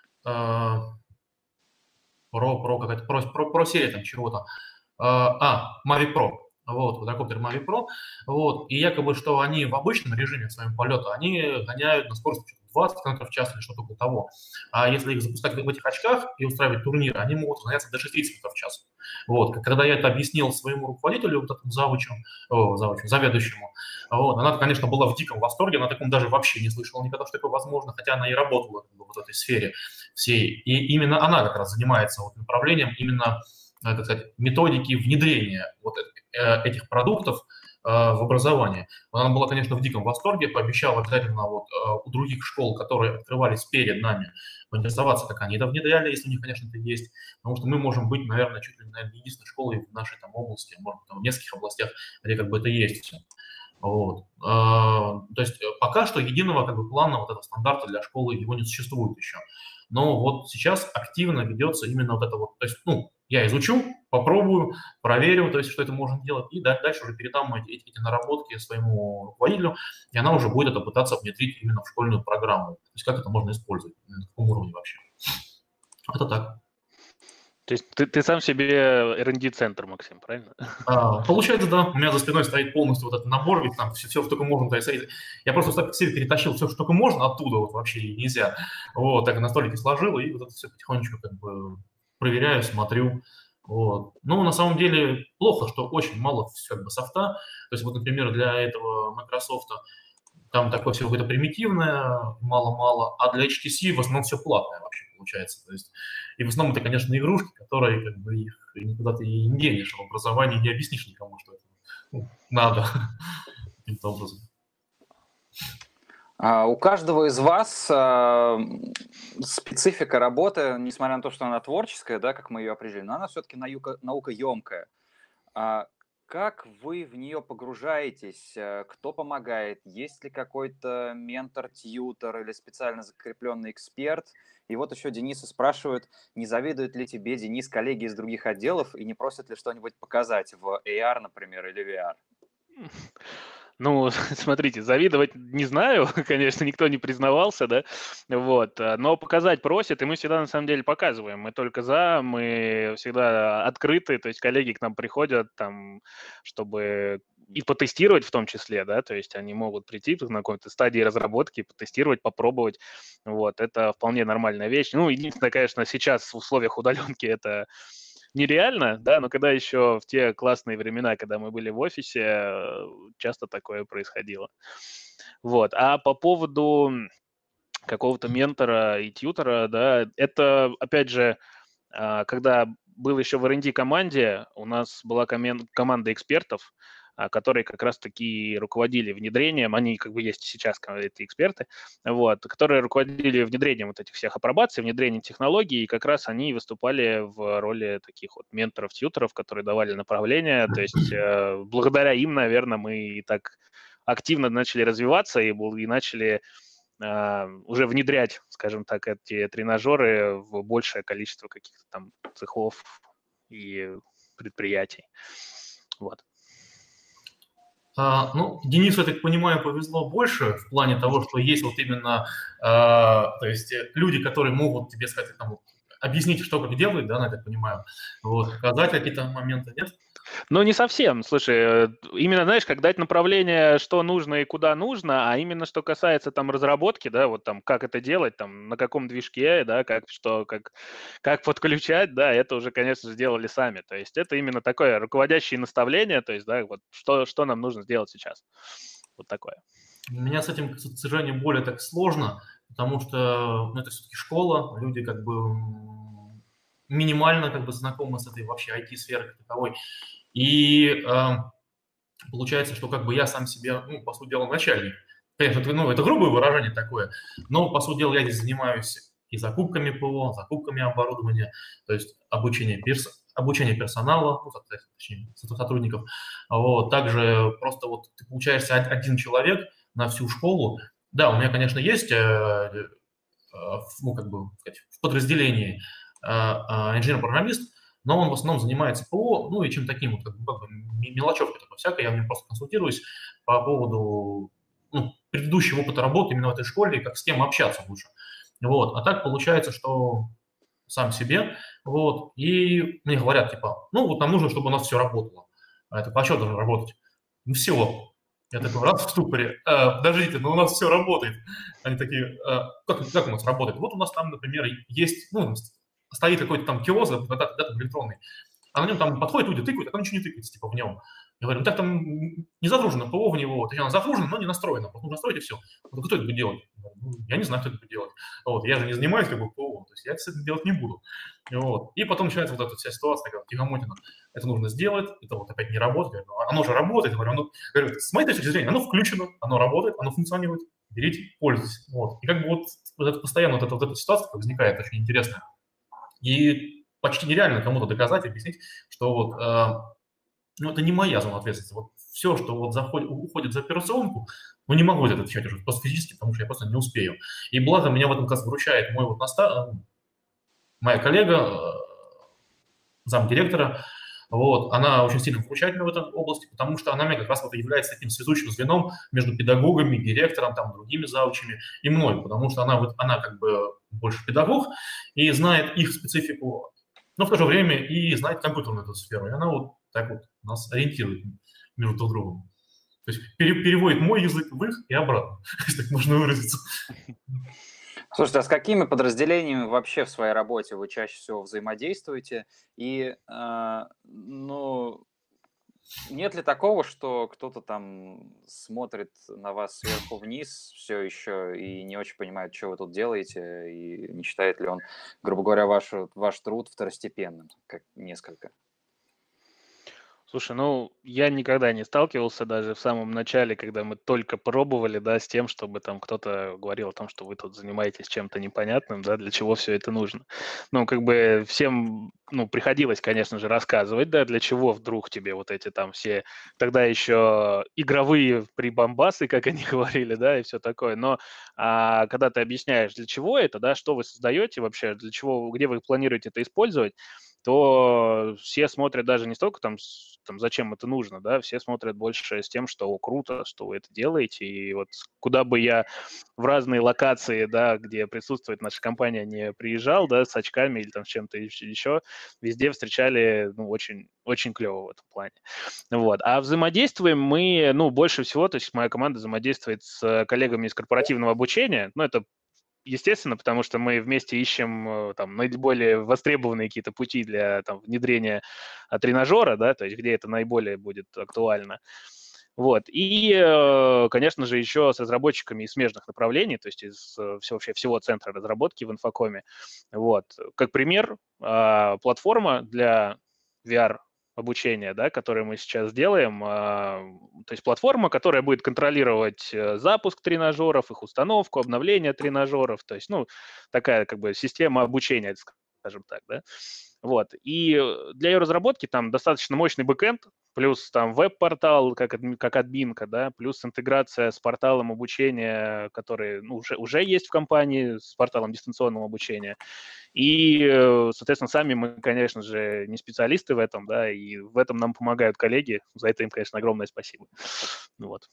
[SPEAKER 2] Pro серия там чего-то, Mavic Pro, вот, квадрокоптер Mavic Pro, вот, и якобы, что они в обычном режиме своего полета, они гоняют на скорости 20 км в час или что-то около того, а если их запускать в этих очках и устраивать турниры, они могут гоняться до 60 км в час. Вот, когда я это объяснил своему руководителю, вот этому заведующему, вот, она, конечно, была в диком восторге, она таком даже вообще не слышала никогда, что такое возможно, хотя она и работала в этой сфере всей. И именно она как раз занимается вот направлением именно, так сказать, методики внедрения вот этих продуктов в образование. Она была, конечно, в диком восторге, пообещала обязательно вот у других школ, которые открывались перед нами, поинтересоваться, как они это внедряли, если у них, конечно, это есть, потому что мы можем быть, наверное, чуть ли не единственной школой в нашей там области, может быть, там, в нескольких областях, где как бы это есть все. Вот. То есть пока что единого как бы плана вот этого стандарта для школы его не существует еще. Но вот сейчас активно ведется именно вот это вот, то есть, ну, я изучу, попробую, проверю, то есть, что это можно делать, и дальше уже передам эти наработки своему руководителю, и она уже будет это пытаться внедрить именно в школьную программу. То есть, как это можно использовать, на каком уровне вообще. Это так.
[SPEAKER 3] То есть ты сам себе R&D-центр, Максим, правильно?
[SPEAKER 2] Получается, да. У меня за спиной стоит полностью вот этот набор, ведь там все, что только можно. То есть, я просто к себе перетащил все, что только можно оттуда, вот вообще нельзя. Вот, так на столике сложил, и вот это все потихонечку как бы проверяю, смотрю. Вот. Ну, на самом деле, плохо, что очень мало как бы софта. То есть, вот, например, для этого Microsoft там такое все какое-то примитивное, мало-мало, а для HTC в основном все платное вообще получается. То есть, и в основном это, конечно, игрушки, которые как бы их никуда ты и не денешь, в образовании не объяснишь никому, что это надо каким-то образом.
[SPEAKER 1] У каждого из вас специфика работы, несмотря на то, что она творческая, да, как мы ее определили, но она все-таки наукоемкая. Как вы в нее погружаетесь? Кто помогает? Есть ли какой-то ментор, тьютор или специально закрепленный эксперт? И вот еще Дениса спрашивают, не завидует ли тебе, Денис, коллеги из других отделов и не просят ли что-нибудь показать в AR, например, или VR?
[SPEAKER 3] Ну, смотрите, завидовать не знаю, конечно, никто не признавался, да, вот, но показать просят, и мы всегда, на самом деле, показываем, мы только за, мы всегда открыты, то есть коллеги к нам приходят, там, чтобы и потестировать в том числе, да, то есть они могут прийти на какой-то стадии разработки, потестировать, попробовать, вот, это вполне нормальная вещь. Ну, единственное, конечно, сейчас в условиях удаленки это нереально, да, но когда еще в те классные времена, когда мы были в офисе, часто такое происходило. Вот, а по поводу какого-то ментора и тьютера, да, это, опять же, когда был еще в R&D команде, у нас была команда экспертов, которые как раз-таки руководили внедрением, они как бы есть и сейчас, эти эксперты, вот, которые руководили внедрением вот этих всех апробаций, внедрением технологий, и как раз они выступали в роли таких вот менторов, тьютеров, которые давали направления, то есть благодаря им, наверное, мы и так активно начали развиваться и начали уже внедрять, скажем так, эти тренажеры в большее количество каких-то там цехов и предприятий. Вот.
[SPEAKER 2] Ну, Денису, я так понимаю, повезло больше в плане того, что есть вот именно, то есть люди, которые могут тебе сказать, там, объяснить, что как делать, да, я так понимаю, вот, показать какие-то моменты, нет?
[SPEAKER 3] Ну, не совсем. Слушай, именно, знаешь, как дать направление, что нужно и куда нужно, а именно что касается там разработки, да, вот там, как это делать, там, на каком движке, да, как подключать, да, это уже, конечно же, делали сами. То есть это именно такое руководящее наставление, то есть, да, вот что нам нужно сделать сейчас. Вот такое.
[SPEAKER 2] У меня с этим, к сожалению, более так сложно, потому что, ну, это все-таки школа, люди как бы минимально как бы знакомы с этой вообще IT-сферой как таковой. И получается, что как бы я сам себе, ну, по сути дела, начальник. Конечно, это грубое выражение такое, но, по сути дела, я здесь занимаюсь и закупками ПО, закупками оборудования, то есть обучение персонала, ну, точнее, сотрудников. Вот. Также просто вот ты получаешься один человек на всю школу. Да, у меня, конечно, есть, ну, как бы сказать, в подразделении инженер-программист, но он в основном занимается ПО, ну и чем таким вот, как бы мелочевкой такой всякой, я в нем просто консультируюсь по поводу предыдущего опыта работы именно в этой школе, и как с кем общаться лучше. Вот. А так получается, что сам себе, вот, и мне говорят, типа, ну вот нам нужно, чтобы у нас все работало. А это по что должно работать? Ну все. Я такой раз в ступоре, подождите, но у нас все работает. Они такие, как у нас работает? Вот у нас там, например, есть, ну, стоит какой-то там киоск, да, там электронный, а на нем там подходят люди, тыкают, а там ничего не тыкается, типа, в нем. Я говорю, ну так там не загружено ПО в него, точнее, оно загружено, но не настроено, просто нужно настроить и все. Вот, кто это будет делать? Я не знаю, кто это будет делать. Вот, я же не занимаюсь как бы ПО, то есть я это делать не буду. Вот. И потом начинается вот эта вся ситуация, такая тягомотина. Это нужно сделать, это вот опять не работает. Оно же работает. Я говорю, с моей точки зрения, оно включено, оно работает, оно функционирует. Берите, пользуйтесь. Вот. И как бы вот это постоянно вот эта ситуация возникает очень интересная. И почти нереально кому-то доказать, объяснить, что вот ну, это не моя зона ответственности. Вот все, что вот уходит за операционку, ну, не могу это отвечать уже просто физически, потому что я просто не успею. И благо меня в этом как раз выручает мой вот моя коллега, замдиректора, вот, она очень сильно выручает меня в этой области, потому что она мне как раз вот является таким связующим звеном между педагогами, директором, там, другими заучами и мной, потому что она как бы больше педагог и знает их специфику, но в то же время и знает компьютерную эту сферу, и она вот так вот нас ориентирует между друг другом. То есть переводит мой язык в их и обратно, если так можно выразиться.
[SPEAKER 1] Слушайте, а с какими подразделениями вообще в своей работе вы чаще всего взаимодействуете? И, ну, нет ли такого, что кто-то там смотрит на вас сверху вниз все еще и не очень понимает, что вы тут делаете, и не считает ли он, грубо говоря, ваш труд второстепенным, как несколько?
[SPEAKER 3] Слушай, ну, я никогда не сталкивался даже в самом начале, когда мы только пробовали, да, с тем, чтобы там кто-то говорил о том, что вы тут занимаетесь чем-то непонятным, да, для чего все это нужно. Ну, как бы всем, ну, приходилось, конечно же, рассказывать, да, для чего вдруг тебе вот эти там все, тогда еще игровые прибамбасы, как они говорили, да, и все такое. Но когда ты объясняешь, для чего это, да, что вы создаете вообще, для чего, где вы планируете это использовать, то все смотрят даже не столько там, зачем это нужно, да, все смотрят больше с тем, что круто, что вы это делаете, и вот куда бы я в разные локации, да, где присутствует наша компания, не приезжал, да, с очками или там с чем-то еще, везде встречали, ну, очень, очень клево в этом плане. Вот. А взаимодействуем мы, ну, больше всего, то есть моя команда взаимодействует с коллегами из корпоративного обучения, ну, это естественно, потому что мы вместе ищем там наиболее востребованные какие-то пути для там, внедрения тренажера, да, то есть где это наиболее будет актуально. Вот. И, конечно же, еще с разработчиками из смежных направлений, то есть из вообще всего центра разработки в Инфокоме. Вот. Как пример, платформа для VR обучения, да, которую мы сейчас делаем, то есть платформа, которая будет контролировать запуск тренажеров, их установку, обновление тренажеров, то есть, ну, такая как бы система обучения, скажем так, да. Вот. И для ее разработки там достаточно мощный бэкэнд, плюс там веб-портал, как админка, да, плюс интеграция с порталом обучения, который ну, уже есть в компании, с порталом дистанционного обучения. И, соответственно, сами мы, конечно же, не специалисты в этом, да, и в этом нам помогают коллеги. За это им, конечно, огромное спасибо. Вот.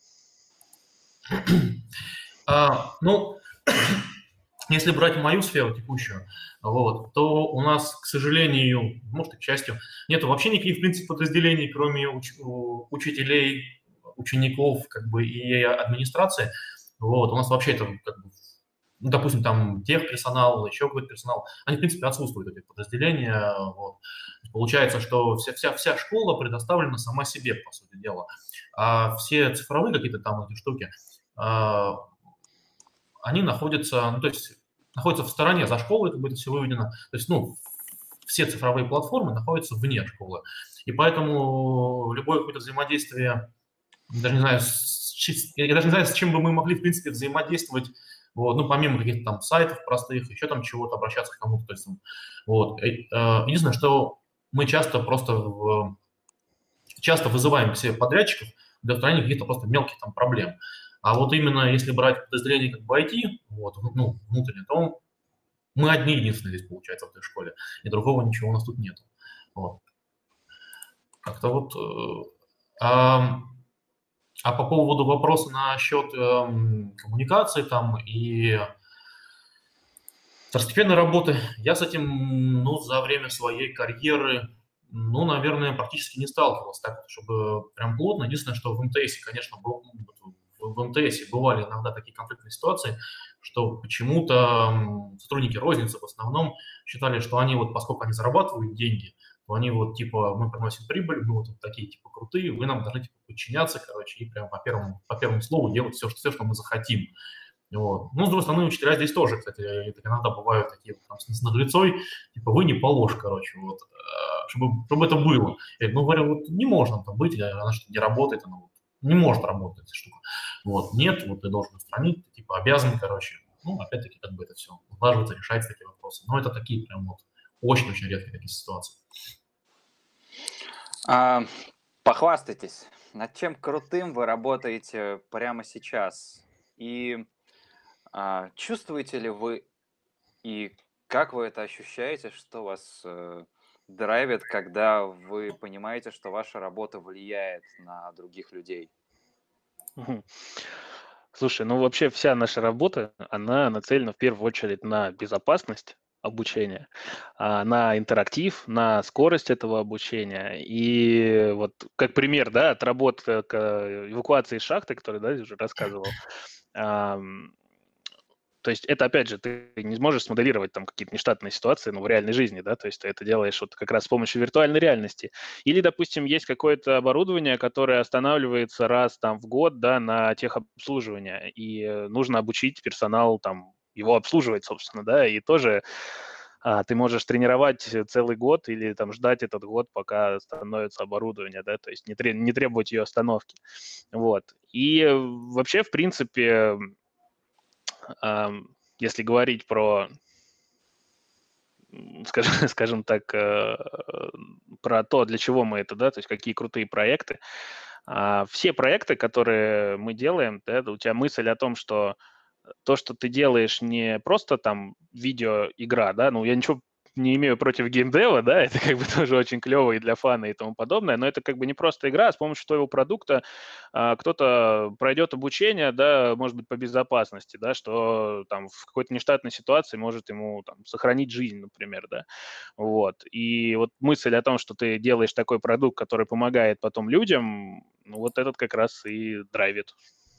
[SPEAKER 2] Ну, если брать мою сферу текущую, вот, то у нас, к сожалению, может и к счастью, нету вообще никаких, в принципе, подразделений, кроме учителей, учеников, как бы, и администрации. Вот, у нас вообще это, как бы, ну, допустим, там техперсонал, еще какой-то персонал, они, в принципе, отсутствуют, эти подразделения. Вот. Получается, что вся школа предоставлена сама себе, по сути дела. А все цифровые какие-то там эти штуки, они находятся, ну, то есть находятся в стороне, за школой это будет все выведено. То есть, ну, все цифровые платформы находятся вне школы. И поэтому любое какое-то взаимодействие, даже не знаю, я даже не знаю, с чем бы мы могли, в принципе, взаимодействовать, вот, ну, помимо каких-то там сайтов простых, еще там чего-то, обращаться к кому-то. То есть, вот. Единственное, что мы часто вызываем к себе подрядчиков для устранения каких-то просто мелких там проблем. А вот именно если брать подразделение как бы IT, вот, ну, внутренне, то мы одни единственные здесь, получается, в этой школе, и другого ничего у нас тут нет. Вот. Как-то вот... А по поводу вопроса насчет коммуникации там и второстепенной работы, я с этим, ну, за время своей карьеры, ну, наверное, практически не сталкивался так, чтобы прям плотно. Единственное, что в МТС, конечно, в МТС бывали иногда такие конфликтные ситуации, что почему-то сотрудники розницы в основном считали, что они вот, поскольку они зарабатывают деньги, то они вот, типа, мы приносим прибыль, мы вот такие, типа, крутые, вы нам должны, типа, подчиняться, короче, и прям по первому слову делать все, что мы захотим. Вот. Ну, с другой стороны, учителя здесь тоже, кстати, иногда бывают такие там, с наглецой, типа, вы не положь, короче, вот, чтобы это было. Я говорю, вот не можно там быть, она что-то не работает, она вот, не может работать эта штука. Вот, нет, вот ты должен устранить, ты, типа, обязан, короче. Ну, опять-таки, как бы это все улаживается, решается такие вопросы. Но это такие прям вот очень-очень редкие такие ситуации.
[SPEAKER 1] Похвастайтесь, над чем крутым вы работаете прямо сейчас? И чувствуете ли вы, и как вы это ощущаете, что вас драйвит, когда вы понимаете, что ваша работа влияет на других людей?
[SPEAKER 3] Слушай, ну вообще вся наша работа, она нацелена в первую очередь на безопасность обучения, на интерактив, на скорость этого обучения. И вот как пример, да, отработка эвакуации из шахты, который, да, уже рассказывал, то есть это, опять же, ты не сможешь смоделировать там какие-то нештатные ситуации, ну, в реальной жизни, да, то есть ты это делаешь вот как раз с помощью виртуальной реальности. Или, допустим, есть какое-то оборудование, которое останавливается раз там в год, да, на техобслуживание, и нужно обучить персонал там его обслуживать, собственно, да, и тоже ты можешь тренировать целый год или там ждать этот год, пока становится оборудование, да, то есть не требовать ее остановки, вот. И вообще, в принципе, если говорить про, скажем так, про то, для чего мы это, да, то есть какие крутые проекты, все проекты, которые мы делаем, да, у тебя мысль о том, что то, что ты делаешь, не просто там видеоигра, да, ну я ничего не имею против геймдева, да, это как бы тоже очень клево и для фана и тому подобное, но это как бы не просто игра, а с помощью твоего продукта кто-то пройдет обучение, да, может быть, по безопасности, да, что там в какой-то нештатной ситуации может ему там сохранить жизнь, например, да, вот. И вот мысль о том, что ты делаешь такой продукт, который помогает потом людям, ну, вот этот как раз и драйвит.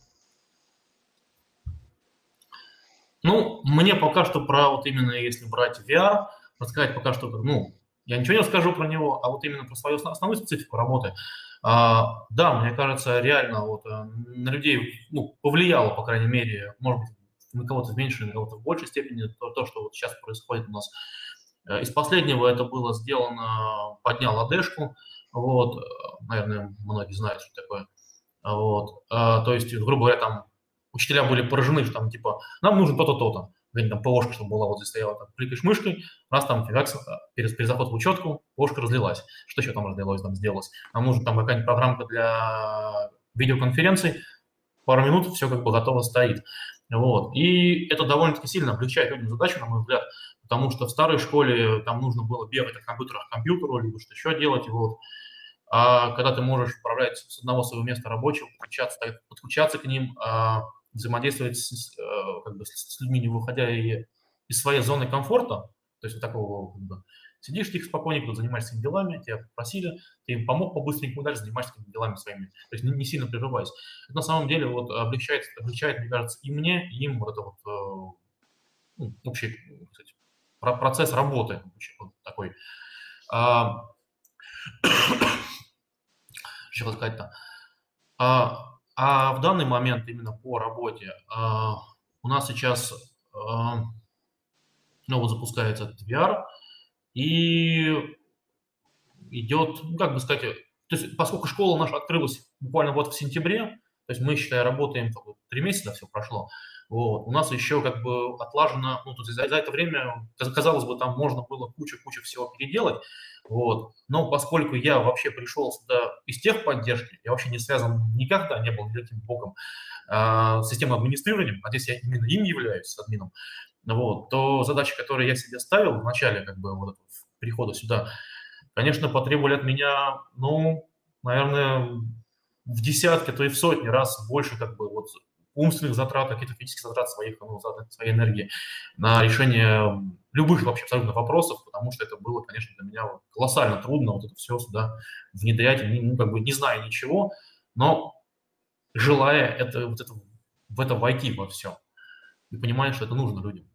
[SPEAKER 2] Ну, мне пока что про вот именно, если брать VR, рассказать пока что, ну, я ничего не расскажу про него, а вот именно про свою основную специфику работы. Да, мне кажется, реально вот на людей, ну, повлияло, по крайней мере, может быть, на кого-то в меньшей, на кого-то в большей степени то, что вот сейчас происходит у нас. Из последнего это было сделано, поднял ладешку, вот, наверное, многие знают, что такое. Вот, то есть, грубо говоря, там учителя были поражены, что там, типа, нам нужно то-то, то-то. Там ПОшка, чтобы была вот здесь стояла, там, кликаешь мышкой, раз там фигак, перезаход в учетку, ПОшка разлилась. Что еще там разлилось, там сделалось? Нам нужна там какая-нибудь программка для видеоконференций, пару минут, все как бы готово стоит. Вот. И это довольно-таки сильно облегчает людям задачу, на мой взгляд, потому что в старой школе там нужно было бегать от компьютера к компьютеру, либо что еще делать, и вот. А когда ты можешь управлять с одного своего места рабочего, подключаться к ним, взаимодействовать как бы с людьми, не выходя из своей зоны комфорта, то есть вот такого как бы, сидишь тихо, спокойненько, занимаешься своими делами, тебя попросили, ты им помог по-быстренькому, дальше занимаешься своими делами своими, то есть не сильно прерываясь. Это на самом деле вот облегчает, мне кажется, и мне, и им вот это вот общий, кстати, процесс работы вот такой. Что сказать-то? В данный момент именно по работе у нас сейчас ну, вот запускается этот VR и идет, ну, как бы сказать, то есть поскольку школа наша открылась буквально вот в сентябре, то есть мы, считай, работаем 3 месяца, все прошло, вот, у нас еще как бы отлажено, ну, тут за это время, казалось бы, там можно было кучу всего переделать, вот, но поскольку я вообще пришел сюда из техподдержки, я вообще не связан, никогда не был никаким боком с системным администрированием, а здесь я именно им являюсь, админом, вот, то задачи, которые я себе ставил в начале как бы вот прихода сюда, конечно, потребовали от меня, ну, наверное, в десятки, то и в сотни раз больше как бы вот умственных затрат, каких-то физических затрат своей энергии на решение любых вообще абсолютно вопросов, потому что это было, конечно, для меня колоссально трудно вот это все сюда внедрять, ну, как бы не зная ничего, но желая в это войти во все и понимая, что это нужно людям.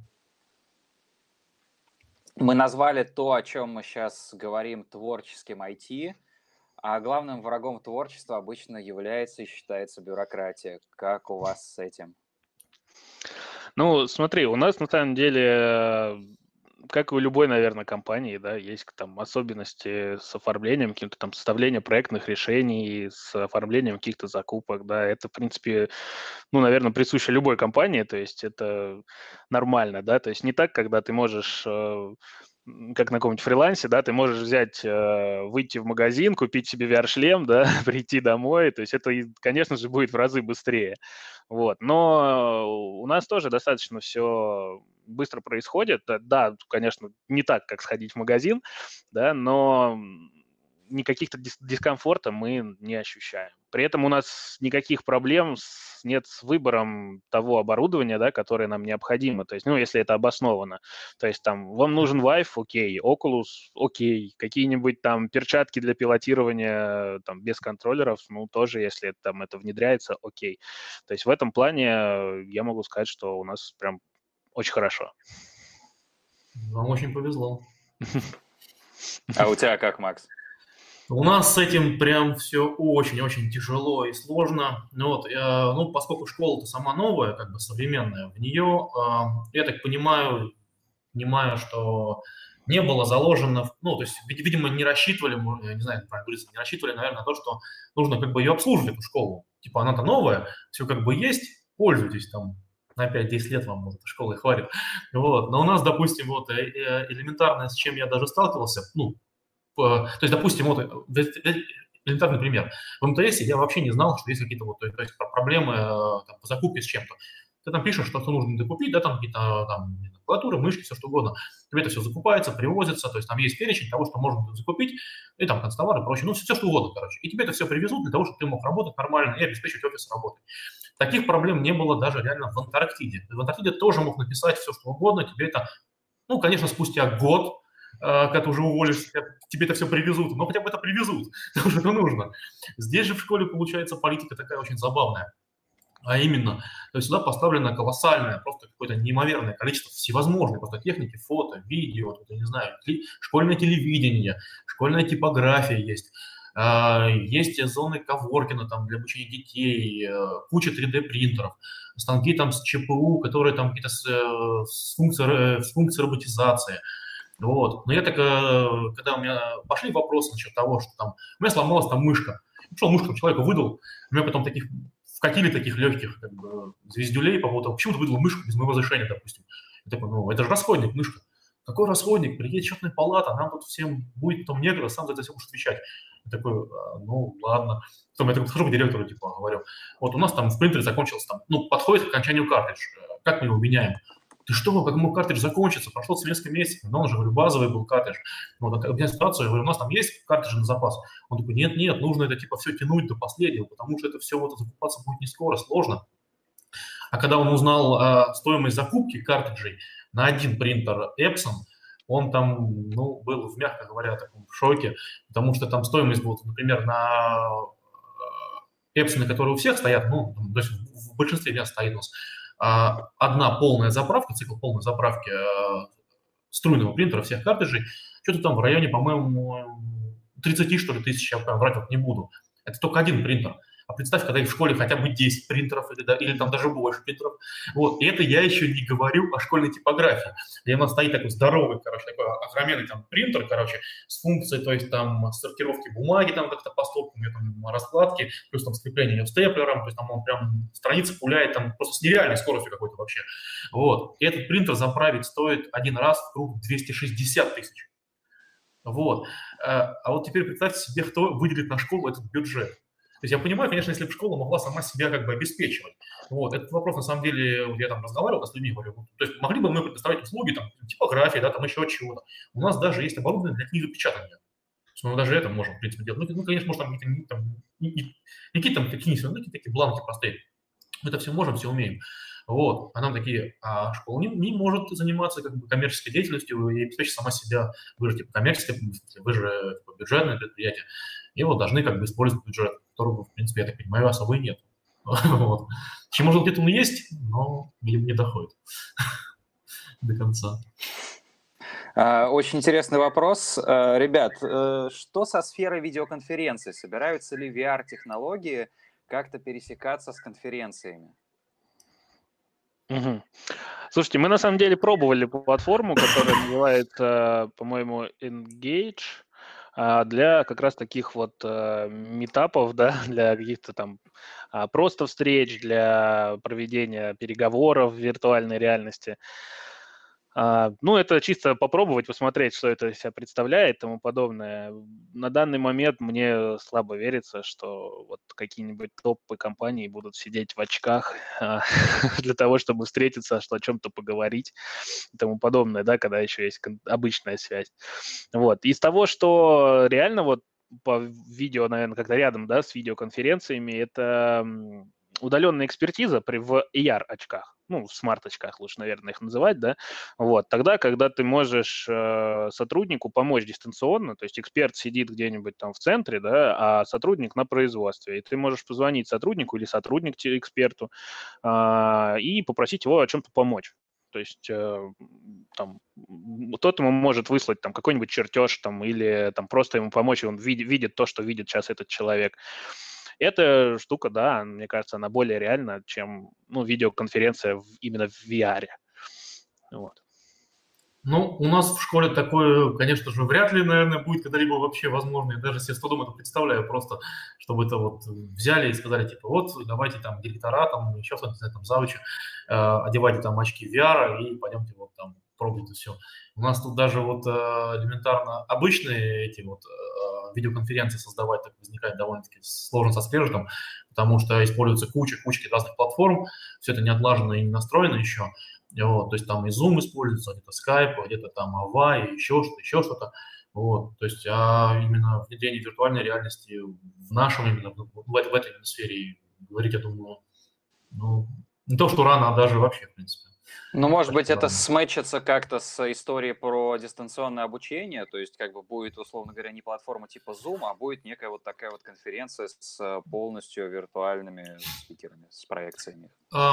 [SPEAKER 1] Мы назвали то, о чем мы сейчас говорим, творческим IT, а главным врагом творчества обычно является и считается бюрократия. Как у вас с этим?
[SPEAKER 3] Ну, смотри, у нас на самом деле, как и у любой, наверное, компании, да, есть там особенности с оформлением, каким-то там составлением проектных решений, с оформлением каких-то закупок, да, это, в принципе, ну, наверное, присуще любой компании, то есть это нормально, да, то есть не так, когда ты можешь как на каком-нибудь фрилансе, да, ты можешь взять, выйти в магазин, купить себе VR-шлем, да, прийти домой, то есть это, конечно же, будет в разы быстрее, вот, но у нас тоже достаточно все быстро происходит, да, конечно, не так, как сходить в магазин, да, но никаких-то дискомфорта мы не ощущаем. При этом у нас никаких проблем нет с выбором того оборудования, да, которое нам необходимо. То есть, ну, если это обосновано. То есть, там, вам нужен Vive, окей, Oculus, окей, какие-нибудь там перчатки для пилотирования там, без контроллеров, ну, тоже, если там это внедряется, окей. То есть, в этом плане я могу сказать, что у нас прям очень хорошо.
[SPEAKER 2] Вам очень повезло.
[SPEAKER 1] А у тебя как, Макс?
[SPEAKER 2] У нас с этим прям все очень-очень тяжело и сложно. Ну, поскольку школа-то сама новая, как бы современная, в нее, я так понимаю, что не было заложено, ну, то есть, видимо, не рассчитывали, я не знаю, правильно говорится, не рассчитывали, наверное, на то, что нужно как бы ее обслуживать, эту школу. Типа она-то новая, все как бы есть, пользуйтесь там, на 5-10 лет вам вот, эта школа и хватит. Вот. Но у нас, допустим, вот элементарное, с чем я даже сталкивался, ну, то есть, допустим, вот элементарный пример. В МТС я вообще не знал, что есть какие-то вот, то есть проблемы там, по закупке с чем-то. ты там пишешь, что нужно докупить, да, там какие-то там клавиатуры, мышки, все что угодно. Тебе это все закупается, привозится, то есть там есть перечень того, что можно закупить, и там констовары и прочее, ну, все что угодно, короче. И тебе это все привезут для того, чтобы ты мог работать нормально и обеспечить офис работой. Таких проблем не было даже реально в Антарктиде. В Антарктиде тоже мог написать все что угодно, тебе это, ну, конечно, спустя год, когда ты уже уволишься, тебе это все привезут, но хотя бы это привезут, потому что это нужно. Здесь же в школе, получается, политика такая очень забавная. А именно, то есть сюда поставлено колоссальное, просто какое-то неимоверное количество всевозможной просто техники, фото, видео, тут, я не знаю, школьное телевидение, школьная типография есть, есть зоны коворкинга там для обучения детей, куча 3D-принтеров, станки там с ЧПУ, которые там какие-то с функцией роботизации. Вот. Но я так, когда у меня пошли вопросы насчет того, что там у меня сломалась там мышка, пришел мышку человеку выдал, у меня потом вкатили таких легких как бы, звездюлей по поводу, почему ты выдал мышку без моего разрешения, допустим. Я такой, ну, это же расходник, мышка. Какой расходник? Приедет счетная палата, нам тут всем будет потом негр, сам за это все будешь отвечать. Я такой, ну, ладно. Потом я такой подхожу к директору, типа, говорю, вот у нас там в принтере закончился, там, ну, подходит к окончанию картридж, как мы его меняем? Ты что, как мог картридж закончиться? Прошло несколько месяцев, но он же, говорю, базовый был картридж. Вот, объясняю ситуацию, я говорю, у нас там есть картриджи на запас? Он такой, нет, нужно это типа все тянуть до последнего, потому что это все вот закупаться будет не скоро, сложно. А когда он узнал стоимость закупки картриджей на один принтер Epson, он там, ну, был, мягко говоря, в таком шоке, потому что там стоимость была, например, на Epson, которые у всех стоят, ну, то есть в большинстве мест стоит у нас, одна полная заправка, цикл полной заправки струйного принтера всех картриджей, что-то там в районе, по-моему, 30, что ли, тысяч, я прям врать вот не буду. Это только один принтер. А представь, когда их в школе хотя бы 10 принтеров или там даже больше принтеров. Вот. И это я еще не говорю о школьной типографии. И у нас стоит такой здоровый, короче, такой огроменный там принтер, короче, с функцией, то есть там сортировки бумаги там как-то по стопкам, там раскладки, плюс там скрепление степлером, то есть там он прям страница пуляет там просто с нереальной скоростью какой-то вообще. Вот. И этот принтер заправить стоит один раз в круг 260 тысяч. Вот. А вот теперь представьте себе, кто выделит на школу этот бюджет. То есть я понимаю, конечно, если бы школа могла сама себя как бы обеспечивать. Вот. Этот вопрос, на самом деле, я там разговаривал с людьми, говорю, то есть могли бы мы предоставить услуги, там, типографии, да, там еще чего-то. У нас даже есть оборудование для книгопечатания. Мы даже это можем, в принципе, делать. Ну конечно, может, там какие-то там какие-то такие бланки простые. Мы это все можем, все умеем. Вот. А нам такие, а школа не может заниматься как бы коммерческой деятельностью и обеспечить сама себя. Вы же типа коммерческое, вы же типа, бюджетное предприятие. И вот должны как бы использовать бюджет, которого, в принципе, я так понимаю, особо и нет. Вот. Чем, может, где-то он есть, но не доходит до конца.
[SPEAKER 1] Очень интересный вопрос. Ребят, что со сферой видеоконференций? Собираются ли VR-технологии как-то пересекаться с конференциями?
[SPEAKER 3] Угу. Слушайте, мы на самом деле пробовали платформу, которая называется, по-моему, Engage, для как раз таких вот митапов, да, для каких-то там просто встреч, для проведения переговоров в виртуальной реальности. Ну, это чисто попробовать, посмотреть, что это из себя представляет и тому подобное. На данный момент мне слабо верится, что вот какие-нибудь топы компании будут сидеть в очках для того, чтобы встретиться, что о чем-то поговорить и тому подобное, да, когда еще есть обычная связь. Вот. Из того, что реально вот по видео, наверное, как-то рядом, да, с видеоконференциями, это удаленная экспертиза в AR-очках, ну, в смарт-очках лучше, наверное, их называть, да, вот, тогда, когда ты можешь сотруднику помочь дистанционно, то есть эксперт сидит где-нибудь там в центре, да, а сотрудник на производстве, и ты можешь позвонить сотруднику или сотрудник эксперту и попросить его о чем-то помочь. То есть там тот ему может выслать там какой-нибудь чертеж там или там просто ему помочь, и он видит то, что видит сейчас этот человек. Эта штука, да, мне кажется, она более реальна, чем, ну, видеоконференция именно в VR. Вот.
[SPEAKER 2] Ну, у нас в школе такое, конечно же, вряд ли, наверное, будет когда-либо вообще возможно. Я даже себе с трудом это представляю просто, чтобы это вот взяли и сказали, типа, вот, давайте там директора, там, еще что-то, не знаю, там, завучи, одевайте там очки VR и пойдемте вот там пробуйте все. У нас тут даже вот элементарно обычные эти вот видеоконференции создавать так возникает довольно-таки сложно со скрежетом, потому что используется куча разных платформ, все это не отлажено и не настроено еще. Вот, то есть там и Zoom используется, где-то Skype, где-то там Ava, и еще что-то. Вот, то есть именно внедрение виртуальной реальности в нашем именно в этой именно сфере говорить, я думаю, ну, не то, что рано, а даже вообще, в принципе.
[SPEAKER 1] Ну, может быть,
[SPEAKER 2] Почти
[SPEAKER 1] это
[SPEAKER 2] рано.
[SPEAKER 1] сметчится как-то с историей про дистанционное обучение, то есть как бы будет, условно говоря, не платформа типа Zoom, а будет некая вот такая вот конференция с полностью виртуальными спикерами, с проекциями.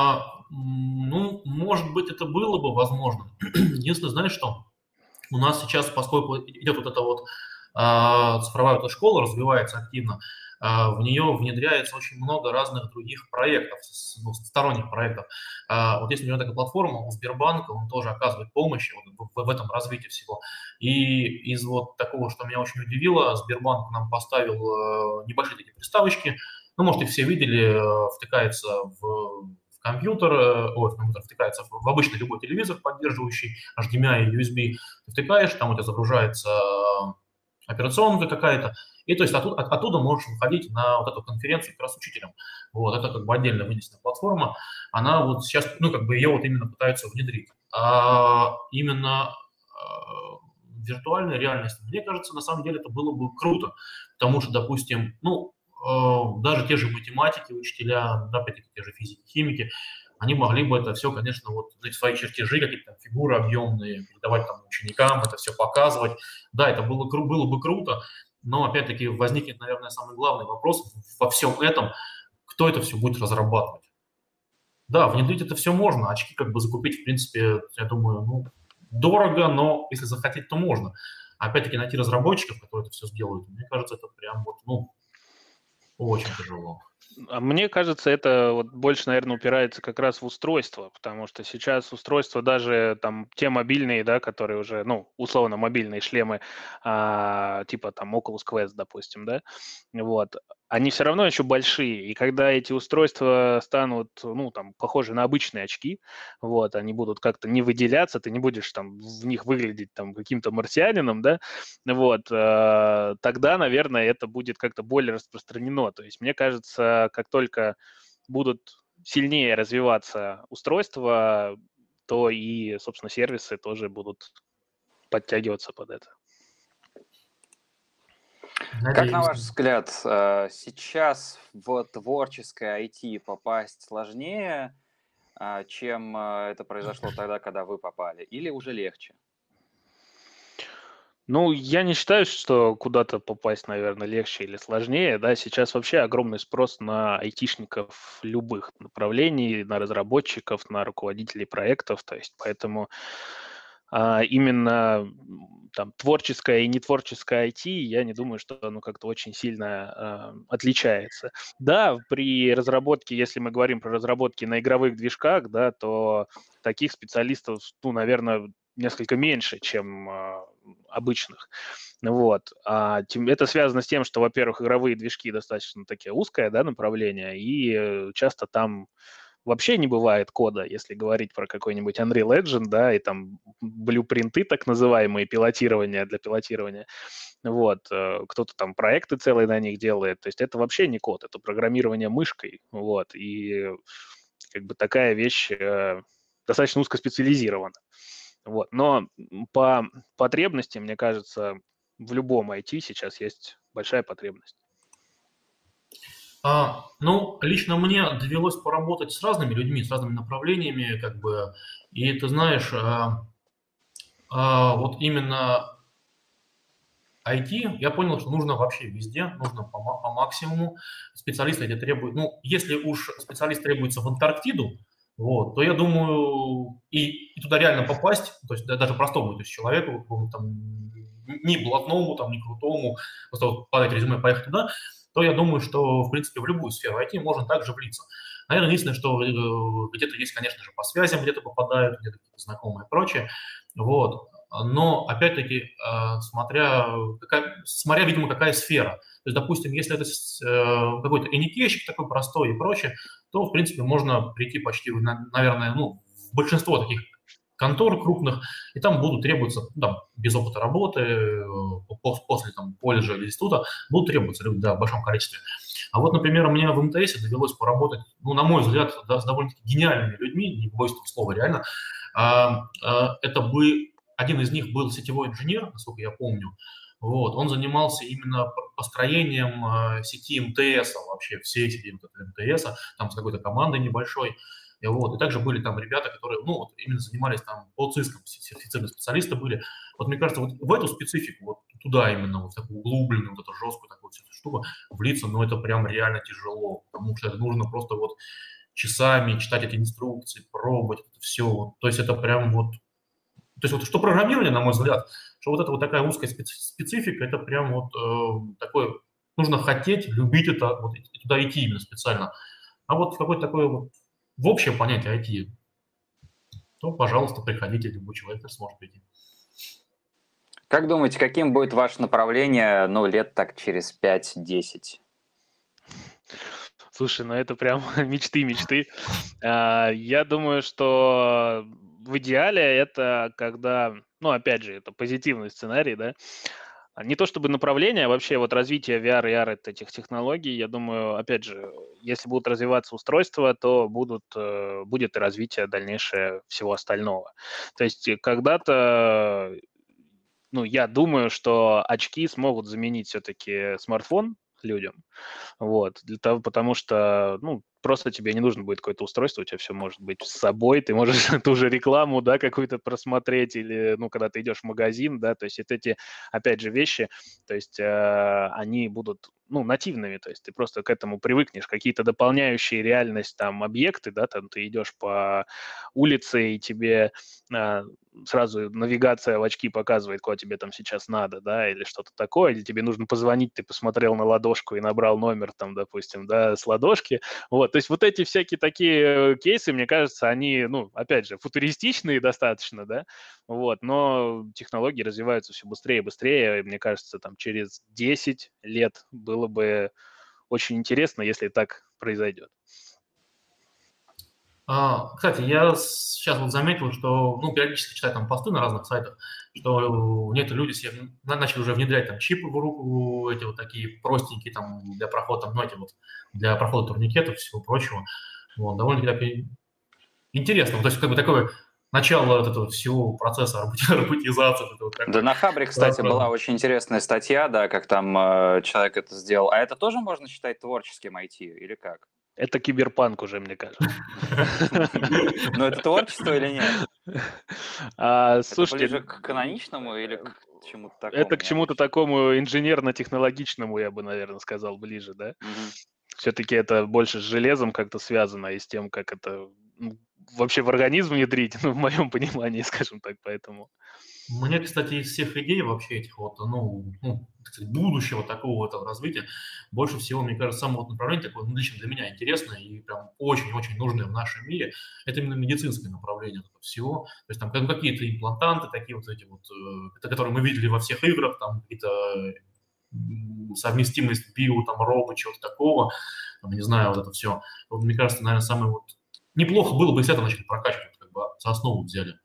[SPEAKER 2] Ну, может быть, это было бы возможно. Единственное, знаешь что? У нас сейчас, поскольку идет вот эта вот цифровая вот школа, развивается активно, в нее внедряется очень много разных других проектов, сторонних проектов. Вот есть у него такая платформа у Сбербанка, он тоже оказывает помощь в этом развитии всего. И из вот такого, что меня очень удивило, Сбербанк нам поставил небольшие такие приставочки, ну, может, их все видели, втыкается в компьютер, втыкается в обычный любой телевизор, поддерживающий HDMI и USB, ты втыкаешь, там у тебя загружается операционка какая-то, и то есть оттуда можешь выходить на вот эту конференцию как раз с учителем. Вот, это как бы отдельно вынесенная платформа, она вот сейчас, ну, как бы ее вот именно пытаются внедрить. А именно виртуальная реальность, мне кажется, на самом деле это было бы круто, потому что, допустим, ну, даже те же математики, учителя, да, опять-таки те же физики, химики, они могли бы это все, конечно, вот свои чертежи, какие-то фигуры объемные, передавать там ученикам, это все показывать. Да, это было бы круто, но опять-таки возникнет, наверное, самый главный вопрос во всем этом, кто это все будет разрабатывать. Да, внедрить это все можно, очки как бы закупить, в принципе, я думаю, ну, дорого, но если захотеть, то можно. Опять-таки найти разработчиков, которые это все сделают, мне кажется, это прям вот, ну, очень тяжело.
[SPEAKER 3] А мне кажется, это вот больше, наверное, упирается как раз в устройство, потому что сейчас устройства даже там те мобильные, да, которые уже, ну, условно мобильные шлемы, типа там Oculus Quest, допустим, да, вот, они все равно еще большие, и когда эти устройства станут, ну, там, похожи на обычные очки, вот, они будут как-то не выделяться, ты не будешь там в них выглядеть там каким-то марсианином, да, вот, тогда, наверное, это будет как-то более распространено. То есть, мне кажется, как только будут сильнее развиваться устройства, то и, собственно, сервисы тоже будут подтягиваться под это.
[SPEAKER 1] Как на ваш взгляд, сейчас в творческое IT попасть сложнее, чем это произошло тогда, когда вы попали, или уже легче?
[SPEAKER 3] Ну, я не считаю, что куда-то попасть, наверное, легче или сложнее. Да, сейчас вообще огромный спрос на айтишников любых направлений, на разработчиков, на руководителей проектов. То есть, поэтому именно там творческое и нетворческое IT, я не думаю, что оно как-то очень сильно отличается. Да, при разработке, если мы говорим про разработки на игровых движках, да, то таких специалистов, ну, наверное, несколько меньше, чем обычных. Вот. Это связано с тем, что, во-первых, игровые движки достаточно такие узкое, да, направление, и часто там вообще не бывает кода, если говорить про какой-нибудь Unreal Engine, да, и там блюпринты так называемые, пилотирование для пилотирования. Вот. Кто-то там проекты целые на них делает. То есть это вообще не код, это программирование мышкой. Вот. И как бы такая вещь достаточно узкоспециализирована. Вот. Но по потребности, мне кажется, в любом IT сейчас есть большая потребность.
[SPEAKER 2] Ну, лично мне довелось поработать с разными людьми, с разными направлениями, как бы, и ты знаешь, вот именно IT, я понял, что нужно вообще везде, нужно по максимуму. Специалисты эти требуют, ну, если уж специалист требуется в Антарктиду, вот, то я думаю, и туда реально попасть, то есть даже простому то есть человеку, там, ни блатному, там, ни крутому, просто вот подать резюме, поехать туда, то я думаю, что, в принципе, в любую сферу IT можно также влиться. Наверное, единственное, что где-то есть, конечно же, по связям где-то попадают, где-то какие-то знакомые и прочее, вот. Но, опять-таки, смотря, видимо, какая сфера. То есть, допустим, если это какой-то эникейщик такой простой и прочее, то, в принципе, можно прийти почти, наверное, ну, в большинство таких контор крупных, и там будут требоваться, ну, там, без опыта работы, после там, колледжа или института, будут требоваться люди, да, в большом количестве. А вот, например, мне в МТС довелось поработать, ну, на мой взгляд, да, с довольно-таки гениальными людьми, не боюсь этого слова, реально. Это один из них был сетевой инженер, насколько я помню. Вот, он занимался именно построением сети МТС, вообще всей сети МТС, там с какой-то командой небольшой. И вот, и также были там ребята, которые, ну, вот именно занимались там по ЦИСКам, сертифицированные специалисты были. Вот мне кажется, вот в эту специфику, вот туда именно, вот в такую углубленную, вот эту жесткую такую штуку влиться, ну, это прям реально тяжело, потому что это нужно просто вот часами читать эти инструкции, пробовать это все. Вот. То есть это прям вот... То есть вот что программирование, на мой взгляд, что вот эта вот такая узкая специфика, это прям вот такое... Нужно хотеть, любить это, вот, и туда идти именно специально. А вот какое-то такое вот в общее понятие IT, то, пожалуйста, приходите, любой человек сможет прийти.
[SPEAKER 1] Как думаете, каким будет ваше направление, ну, лет так через 5-10?
[SPEAKER 3] Слушай, ну это прям мечты. Я думаю, что в идеале это когда, ну, опять же, это позитивный сценарий, да, не то чтобы направление, а вообще вот развитие VR и AR этих технологий, я думаю, опять же, если будут развиваться устройства, то будет и развитие дальнейшее всего остального. То есть когда-то, ну, я думаю, что очки смогут заменить все-таки смартфон людям, вот, для того, потому что, ну, просто тебе не нужно будет какое-то устройство, у тебя все может быть с собой, ты можешь ту же рекламу, да, какую-то просмотреть или, ну, когда ты идешь в магазин, да, то есть это эти, опять же, вещи, то есть они будут, ну, нативными, то есть ты просто к этому привыкнешь, какие-то дополняющие реальность там объекты, да, там ты идешь по улице и тебе сразу навигация в очки показывает, куда тебе там сейчас надо, да, или что-то такое, или тебе нужно позвонить, ты посмотрел на ладошку и набрал номер там, допустим, да, с ладошки, вот, то есть вот эти всякие такие кейсы, мне кажется, они, ну, опять же, футуристичные достаточно, да, вот, но технологии развиваются все быстрее и быстрее, и мне кажется, там через 10 лет было бы очень интересно, если так произойдет.
[SPEAKER 2] Кстати, я сейчас вот заметил, что, ну, периодически читаю там посты на разных сайтах, что некоторые люди себе начали уже внедрять там чипы в руку, эти вот такие простенькие там для прохода, там, ну, эти вот для прохода турникетов и всего прочего. Вот, довольно-таки так интересно. То есть как бы такое начало вот этого всего процесса роботизации. Вот
[SPEAKER 1] Да,
[SPEAKER 2] такой.
[SPEAKER 1] на Хабре, кстати, была очень интересная статья, да, как там человек это сделал. А это тоже можно считать творческим IT или как?
[SPEAKER 3] Это киберпанк уже, мне кажется.
[SPEAKER 1] Но это творчество или нет? Это
[SPEAKER 3] Слушайте,
[SPEAKER 1] ближе к каноничному или к чему-то
[SPEAKER 3] это
[SPEAKER 1] такому
[SPEAKER 3] к чему-то
[SPEAKER 1] необычному?
[SPEAKER 3] такому инженерно-технологичному, я бы, наверное, сказал, ближе, да?
[SPEAKER 1] Мгм.
[SPEAKER 3] Все-таки это больше с железом как-то связано и с тем, как это вообще в организм внедрить, ну, в моем понимании, скажем так, поэтому.
[SPEAKER 2] Мне, кстати, из всех идей вообще этих вот, ну, так сказать, будущего такого вот развития, больше всего, мне кажется, само вот направление такое, ну, лично для меня интересное и прям очень-очень нужное в нашем мире, это именно медицинское направление этого всего. То есть там какие-то имплантанты, такие вот эти вот, которые мы видели во всех играх, там какие-то совместимость био, там, робот, чего-то такого, там, не знаю, вот это все. Вот, мне кажется, наверное, самое вот... Неплохо было бы, если это начали прокачивать, как бы за основу взяли.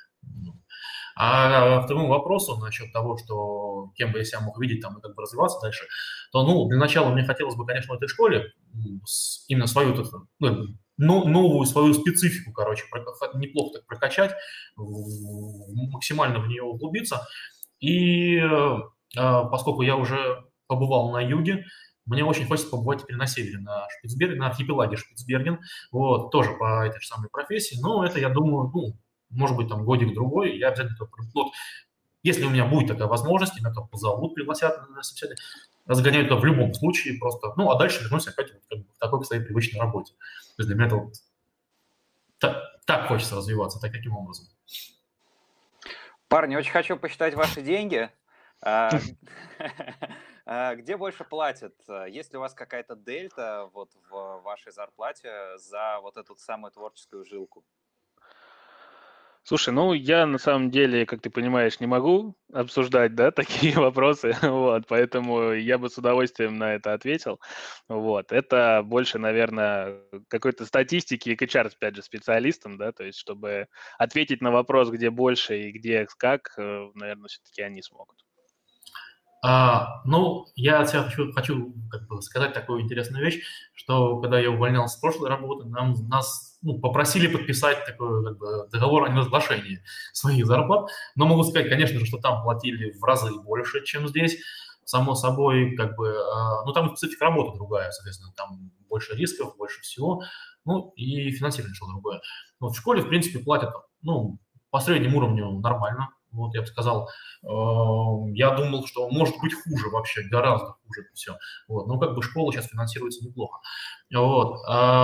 [SPEAKER 2] А к твоему вопросу насчет того, что кем бы я себя мог видеть там и как бы развиваться дальше, то, ну, для начала мне хотелось бы, конечно, в этой школе именно свою новую свою специфику, короче, неплохо так прокачать, максимально в нее углубиться. И поскольку я уже побывал на юге, мне очень хочется побывать теперь на севере, на Шпицберген, на архипелаге Шпицберген, вот, тоже по этой же самой профессии, но это, я думаю, ну, может быть, там годик-другой, я обязательно туда приду. Вот, если у меня будет такая возможность, меня там позовут, пригласят на собеседование, разгоняют туда в любом случае просто, ну, а дальше вернусь опять вот, как бы, к такой к своей привычной работе. То есть для меня это вот так хочется развиваться, таким образом.
[SPEAKER 1] Парни, очень хочу посчитать ваши деньги. А, Где больше платят? Есть ли у вас какая-то дельта вот в вашей зарплате за вот эту самую творческую жилку?
[SPEAKER 3] Слушай, ну я на самом деле, как ты понимаешь, не могу обсуждать, да, такие вопросы, вот, поэтому я бы с удовольствием на это ответил, вот. Это больше, наверное, какой-то статистики и к HR, опять же, специалистам, да, то есть чтобы ответить на вопрос, где больше и где как, наверное, все-таки они смогут.
[SPEAKER 2] Ну, я от себя хочу как бы сказать такую интересную вещь, что когда я увольнялся с прошлой работы, нас попросили подписать такой как бы, договор о неразглашении своих зарплат. Но могу сказать, конечно же, что там платили в разы больше, чем здесь. Само собой, как бы, ну, там специфика работы другая, соответственно, там больше рисков, больше всего, ну, и финансирование что другое. Вот в школе, в принципе, платят, ну, по среднему уровню нормально, вот я бы сказал. Я думал, что может быть хуже вообще, гораздо хуже это все. Вот. Но как бы школа сейчас финансируется неплохо. Вот.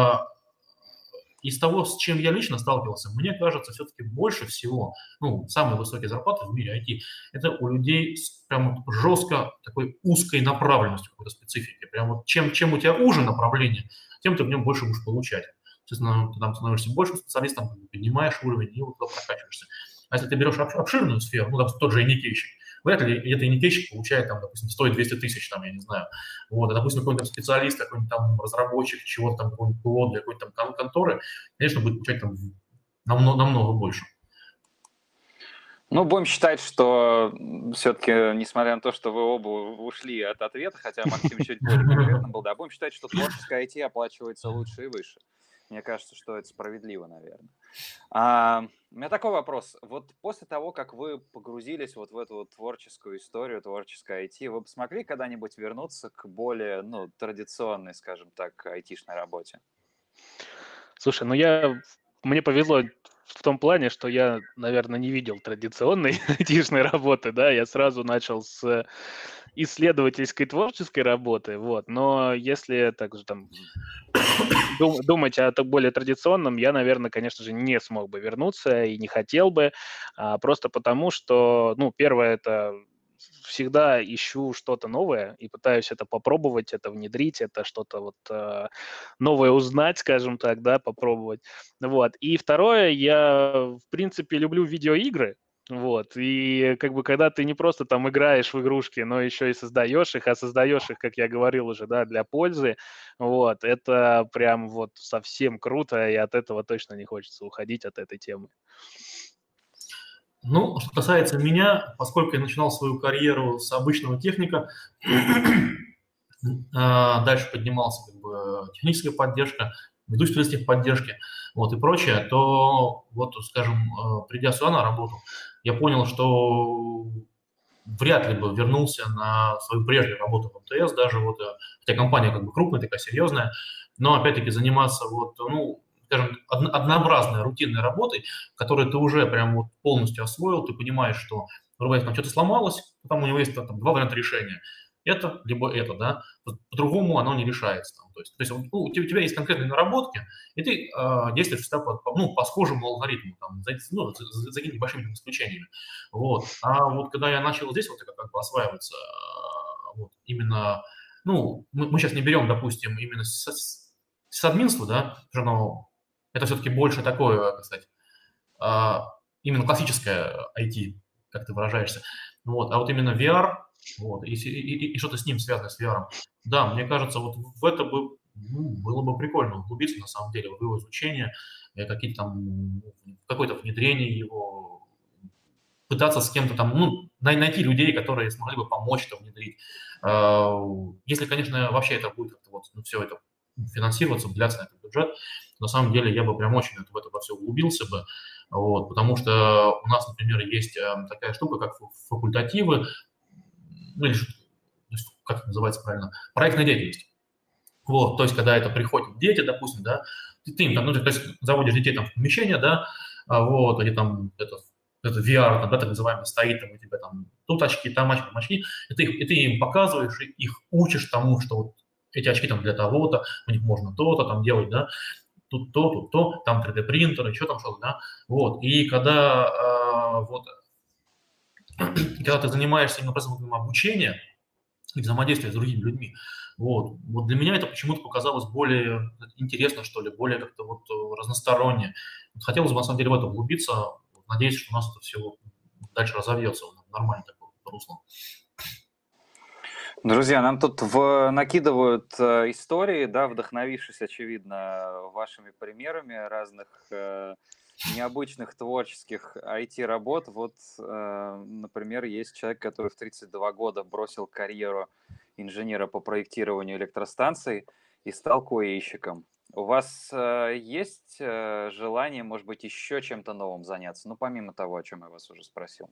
[SPEAKER 2] Из того, с чем я лично сталкивался, мне кажется, все-таки больше всего, ну, самые высокие зарплаты в мире IT, это у людей с прям жестко такой узкой направленностью, какой-то специфики. Прям вот чем у тебя уже направление, тем ты в нем больше будешь получать. Естественно, ты там становишься больше специалистом, поднимаешь уровень и вот туда прокачиваешься. А если ты берешь обширную сферу, ну, тот же иникейщик, вряд ли этот иникейщик получает, там, допустим, 100-200 тысяч, там, я не знаю. Вот, а, допустим, какой-нибудь там специалист, какой-нибудь там разработчик, чего-то там, какой-нибудь ПО для какой-то там конторы, конечно, будет получать там намного больше.
[SPEAKER 1] Ну, будем считать, что все-таки, несмотря на то, что вы оба ушли от ответа, хотя Максим чуть более конкретным был, да, будем считать, что творческое IT оплачивается лучше и выше. Мне кажется, что это справедливо, наверное. У меня такой вопрос. Вот после того, как вы погрузились вот в эту вот творческую историю, творческое IT, вы бы смогли когда-нибудь вернуться к более, ну, традиционной, скажем так, айтишной работе?
[SPEAKER 3] Слушай, ну мне повезло в том плане, что я, наверное, не видел традиционной айтишной работы, да, я сразу начал с исследовательской творческой работы, вот, но если также там думать о более традиционном, я, наверное, конечно же, не смог бы вернуться и не хотел бы, просто потому что, ну, первое, это всегда ищу что-то новое и пытаюсь это попробовать, это внедрить, это что-то вот новое узнать, скажем так, да, попробовать. Вот. И второе, я, в принципе, люблю видеоигры, вот, и как бы когда ты не просто там играешь в игрушки, но еще и создаешь их, а создаешь их, как я говорил уже, да, для пользы, вот, это прям вот совсем круто, и от этого точно не хочется уходить, от этой темы.
[SPEAKER 2] Ну, что касается меня, поскольку я начинал свою карьеру с обычного техника, дальше поднимался как бы техническая поддержка, ведущий специалист техподдержки, вот, и прочее, то вот, скажем, придя сюда на работу, я понял, что вряд ли бы вернулся на свою прежнюю работу в МТС, даже вот, хотя компания как бы крупная, такая серьезная, но опять-таки заниматься вот, ну, скажем, однообразной, рутинной работой, которую ты уже прям вот полностью освоил, ты понимаешь, что, грубо говоря, там что-то сломалось, там у него есть там два варианта решения. Это, либо это, да, по-другому оно не решается. Там. То есть ну, у тебя есть конкретные наработки, и ты действуешь всегда по схожему алгоритму, там, за какими-то небольшими исключениями. Вот. А вот когда я начал здесь вот как бы осваиваться, вот, именно, ну, мы сейчас не берем, допустим, именно с админства, да, но это все-таки больше такое, как сказать, именно классическое IT, как ты выражаешься. Вот. А вот именно VR, вот, и что-то с ним связано, с VR, да, мне кажется, вот в это было бы прикольно углубиться, на самом деле, в его изучение, какие-то там, какое-то внедрение его, пытаться с кем-то там, ну, найти людей, которые смогли бы помочь это внедрить. Если, конечно, вообще это будет как-то вот, ну, все это финансироваться, выделяться на этот бюджет, на самом деле я бы прям очень в это во все углубился бы, вот, потому что у нас, например, есть такая штука, как факультативы, ну, или как это называется правильно, проектная деятельность. Вот, то есть, когда это приходят дети, допустим, да, ты им там, ну, то есть, заводишь детей там в помещение, да, вот, где там это VR, там, да, так называемый, стоит там у тебя там тут очки, там очки, и ты им показываешь, и их учишь тому, что вот эти очки там для того-то, у них можно то-то там делать, да, тут то, там 3D-принтер, еще там что-то, да, вот, и когда когда ты занимаешься именно процессом обучения и взаимодействия с другими людьми, вот для меня это почему-то показалось более интересно, что ли, более как-то вот разносторонне. Вот хотелось бы, на самом деле, в это углубиться, надеюсь, что у нас это все дальше разовьется в нормальное такое русло.
[SPEAKER 1] Друзья, нам тут накидывают истории, да, вдохновившись, очевидно, вашими примерами разных необычных творческих IT-работ. Вот, например, есть человек, который в 32 года бросил карьеру инженера по проектированию электростанций и стал куэйщиком. У вас есть желание, может быть, еще чем-то новым заняться? Ну, помимо того, о чем я вас уже спросил.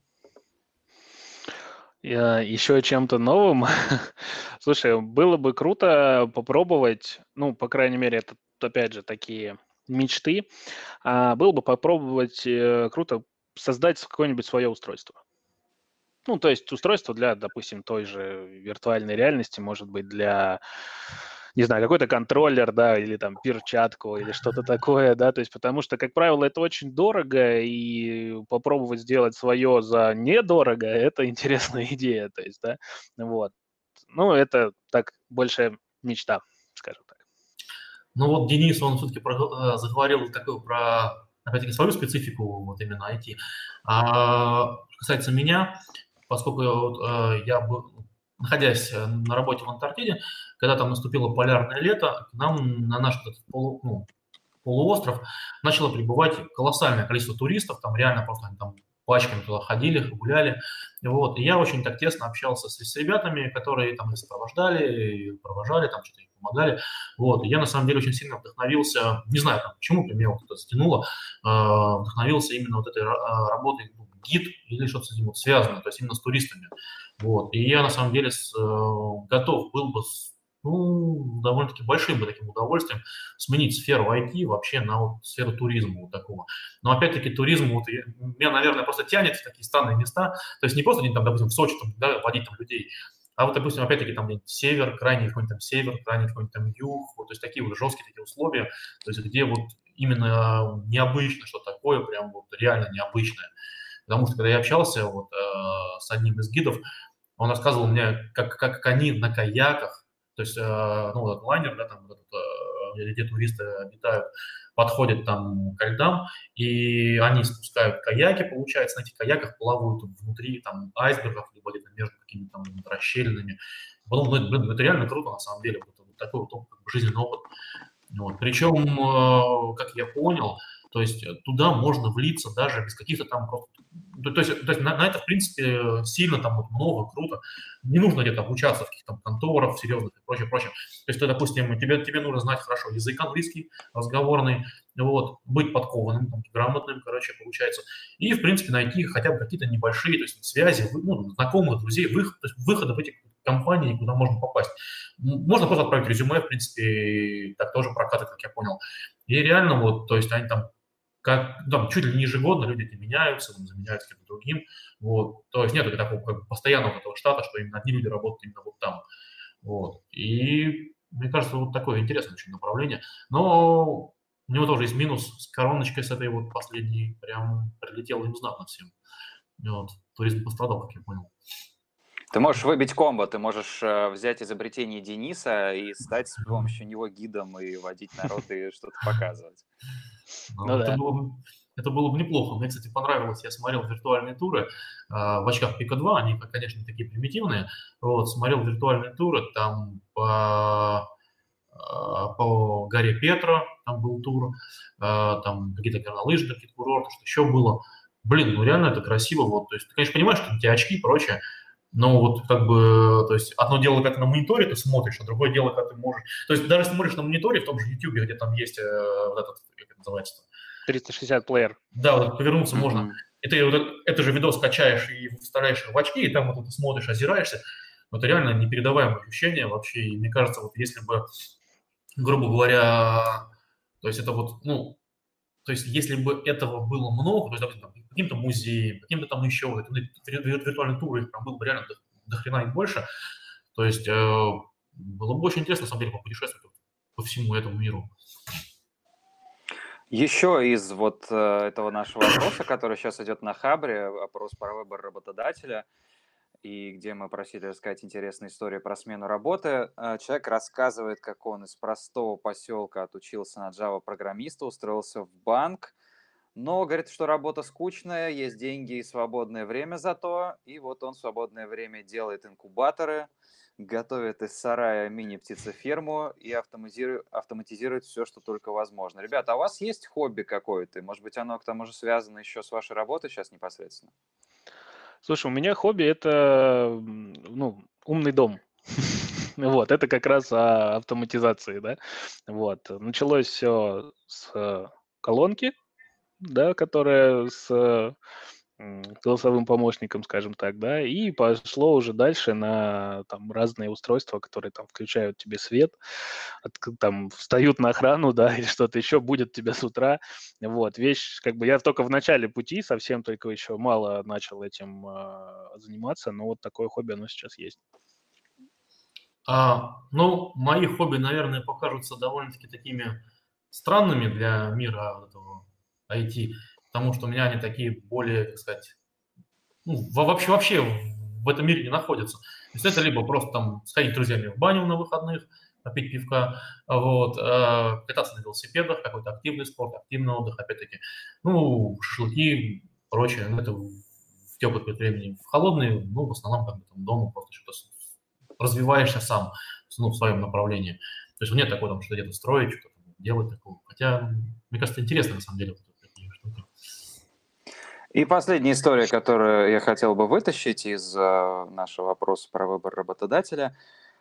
[SPEAKER 3] Еще чем-то новым. Слушай, было бы круто попробовать, ну, по крайней мере, это, опять же, такие мечты. Было бы попробовать круто создать какое-нибудь свое устройство. Ну, то есть устройство для, допустим, той же виртуальной реальности, может быть, для, не знаю, какой-то контроллер, да, или там перчатку, или что-то такое, да, то есть потому что, как правило, это очень дорого, и попробовать сделать свое за недорого – это интересная идея, то есть, да, вот. Ну, это так, больше мечта, скажем так.
[SPEAKER 2] Ну вот Денис, он все-таки заговорил такую про, опять-таки, свою специфику, вот именно IT. Что касается меня, поскольку я был, находясь на работе в Антарктиде, когда там наступило полярное лето, к нам на наш вот этот полуостров начало прибывать колоссальное количество туристов, там реально просто они там пачками туда ходили, гуляли. Вот. И я очень так тесно общался с ребятами, которые там и сопровождали, и провожали, там что-то им помогали. Вот. И я на самом деле очень сильно вдохновился, не знаю там, почему меня вот это затянуло, вдохновился именно вот этой работой, гид или что-то с этим вот связано, то есть именно с туристами. Вот. И я на самом деле готов был бы довольно-таки большим бы таким удовольствием сменить сферу IT вообще на вот сферу туризма вот такого. Но опять-таки туризм, вот, меня, наверное, просто тянет в такие странные места, то есть не просто там, допустим, в Сочи там, да, водить там людей, а вот, допустим, опять-таки там север, крайний какой-нибудь там север, крайний какой-нибудь там юг, вот, то есть такие вот жесткие такие условия, то есть где вот именно необычно, что такое, прям вот реально необычное. Потому что когда я общался вот с одним из гидов, он рассказывал мне, как они на каяках, то есть, ну, вот этот лайнер, да, там, вот этот, где туристы обитают, подходят там к льдам, и они спускают каяки, получается, на этих каяках плавают внутри там айсбергов, либо где-то между какими-то там расщелинами. Потом, ну, блин, это реально круто, на самом деле, вот такой вот как бы жизненный опыт. Вот. Причем, как я понял, то есть туда можно влиться даже без каких-то там просто... То есть на это, в принципе, сильно там вот много, круто. Не нужно где-то обучаться в каких-то конторах серьезных и прочее, прочее. То есть, допустим, тебе нужно знать хорошо язык английский, разговорный, вот, быть подкованным, там, грамотным, короче, получается. И, в принципе, найти хотя бы какие-то небольшие, то есть связи, ну, знакомых, друзей, то есть выхода в эти компании, куда можно попасть. Можно просто отправить резюме, в принципе, так тоже прокатывает, как я понял. И реально вот, то есть они там там чуть ли не ежегодно люди эти меняются, там, заменяются кем-то другим. Вот. То есть нет такого как бы постоянного этого штата, что именно одни люди работают именно вот там. Вот. И мне кажется, вот такое интересное очень направление. Но у него тоже есть минус с короночкой с этой вот последней, прям прилетело им знатно всем. Вот. Туризм пострадал, как я понял.
[SPEAKER 1] Ты можешь выбить комбо, ты можешь взять изобретение Дениса и стать с помощью него гидом и водить народ и что-то показывать.
[SPEAKER 3] Ну да.
[SPEAKER 2] Это было бы неплохо. Мне, кстати, понравилось, я смотрел виртуальные туры в очках Pico 2, они, конечно, такие примитивные. Вот, смотрел виртуальные туры, там по горе Петра, там был тур, там какие-то горнолыжные, какие-то курорты, что еще было. Блин, ну реально это красиво. Вот, то есть ты, конечно, понимаешь, что у тебя очки и прочее, но вот как бы, то есть одно дело, как на мониторе ты смотришь, а другое дело, как ты можешь... То есть даже если смотришь на мониторе, в том же YouTube, где там есть вот этот, как это называется?
[SPEAKER 3] 360 плеер.
[SPEAKER 2] Да, вот повернуться можно. И ты вот это же видос качаешь и вставляешь в очки, и там вот ты смотришь, озираешься. Это реально непередаваемое ощущение вообще. И мне кажется, вот если бы, грубо говоря, то есть это вот, ну, то есть если бы этого было много, то есть, допустим, там, каким-то музеем, каким-то там еще, вот, виртуальные туры, их там было бы реально до хрена и больше, то есть было бы очень интересно, на самом деле, попутешествовать по всему этому миру.
[SPEAKER 1] Еще из вот этого нашего опроса, который сейчас идет на Хабре, опрос про выбор работодателя, и где мы просили рассказать интересные истории про смену работы, человек рассказывает, как он из простого поселка отучился на Java-программиста, устроился в банк, но говорит, что работа скучная, есть деньги и свободное время зато, и вот он в свободное время делает инкубаторы, готовит из сарая мини-птицеферму и автоматизирует все, что только возможно. Ребята, а у вас есть хобби какое-то? Может быть, оно к тому же связано еще с вашей работой сейчас непосредственно?
[SPEAKER 3] Слушай, у меня хобби это, ну, умный дом. Вот, это как раз о автоматизации, да. Вот, началось все с колонки, да, которая с голосовым помощником, скажем так, да, и пошло уже дальше на там разные устройства, которые там включают тебе свет, там встают на охрану, да, или что-то еще будет тебя с утра. Вот, вещь, как бы я только в начале пути, совсем только еще мало начал этим заниматься, но вот такое хобби, оно сейчас есть.
[SPEAKER 2] Ну, мои хобби, наверное, покажутся довольно-таки такими странными для мира этого IT, потому что у меня они такие более, так сказать, ну, вообще в этом мире не находятся. То есть это либо просто там сходить с друзьями в баню на выходных, попить пивка, вот, кататься на велосипедах, какой-то активный спорт, активный отдых, опять-таки, ну, шашлыки, прочее, ну, это в теплый период времени. В холодные, ну, в основном как бы там дома просто что-то развиваешься сам, ну, в своем направлении. То есть нет такого, там, что где-то строить, что-то делать такого. Хотя, мне кажется, интересно на самом деле вот такие штуки.
[SPEAKER 1] И последняя история, которую я хотел бы вытащить из нашего вопроса про выбор работодателя.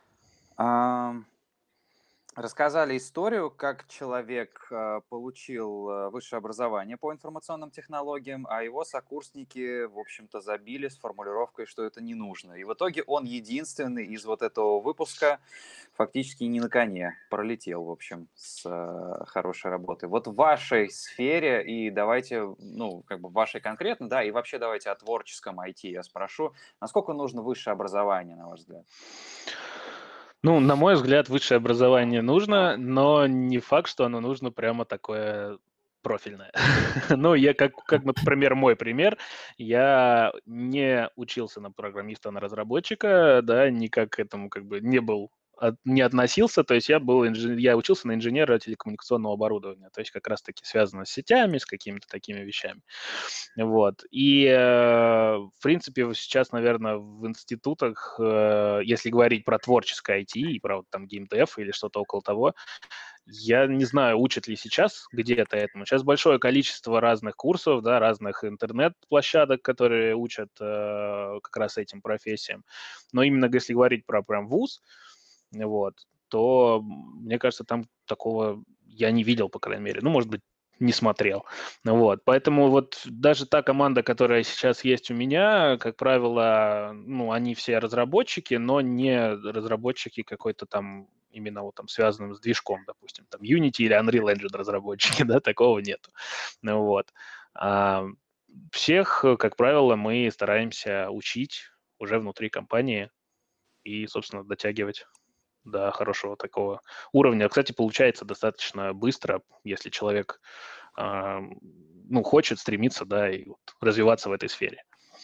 [SPEAKER 1] Рассказали историю, как человек получил высшее образование по информационным технологиям, а его сокурсники, в общем-то, забили с формулировкой, что это не нужно. И в итоге он единственный из вот этого выпуска фактически не на коне, пролетел, в общем, с хорошей работой. Вот в вашей сфере, и давайте, ну, как бы в вашей конкретно, да, и вообще давайте о творческом IT я спрошу, насколько нужно высшее образование, на ваш взгляд?
[SPEAKER 3] Ну, на мой взгляд, высшее образование нужно, но не факт, что оно нужно прямо такое профильное. Ну, я как, например, мой пример, я не учился на программиста, на разработчика, да, никак к этому как бы не относился, то есть я учился на инженера телекоммуникационного оборудования, то есть как раз-таки связано с сетями, с какими-то такими вещами. Вот. И, в принципе, сейчас, наверное, в институтах, если говорить про творческое IT и про вот там геймдев или что-то около того, я не знаю, учат ли сейчас где-то этому. Сейчас большое количество разных курсов, да, разных интернет-площадок, которые учат как раз этим профессиям. Но именно если говорить про прям вуз, вот, то, мне кажется, там такого я не видел, по крайней мере. Ну, может быть, не смотрел. Вот. Поэтому вот даже та команда, которая сейчас есть у меня, как правило, ну, они все разработчики, но не разработчики какой-то там именно вот там связанным с движком, допустим, там Unity или Unreal Engine разработчики, да, такого нету. Ну, вот. Всех, как правило, мы стараемся учить уже внутри компании и, собственно, дотягивать до хорошего такого уровня. Кстати, получается достаточно быстро, если человек ну, хочет стремиться, да, и вот развиваться в этой сфере.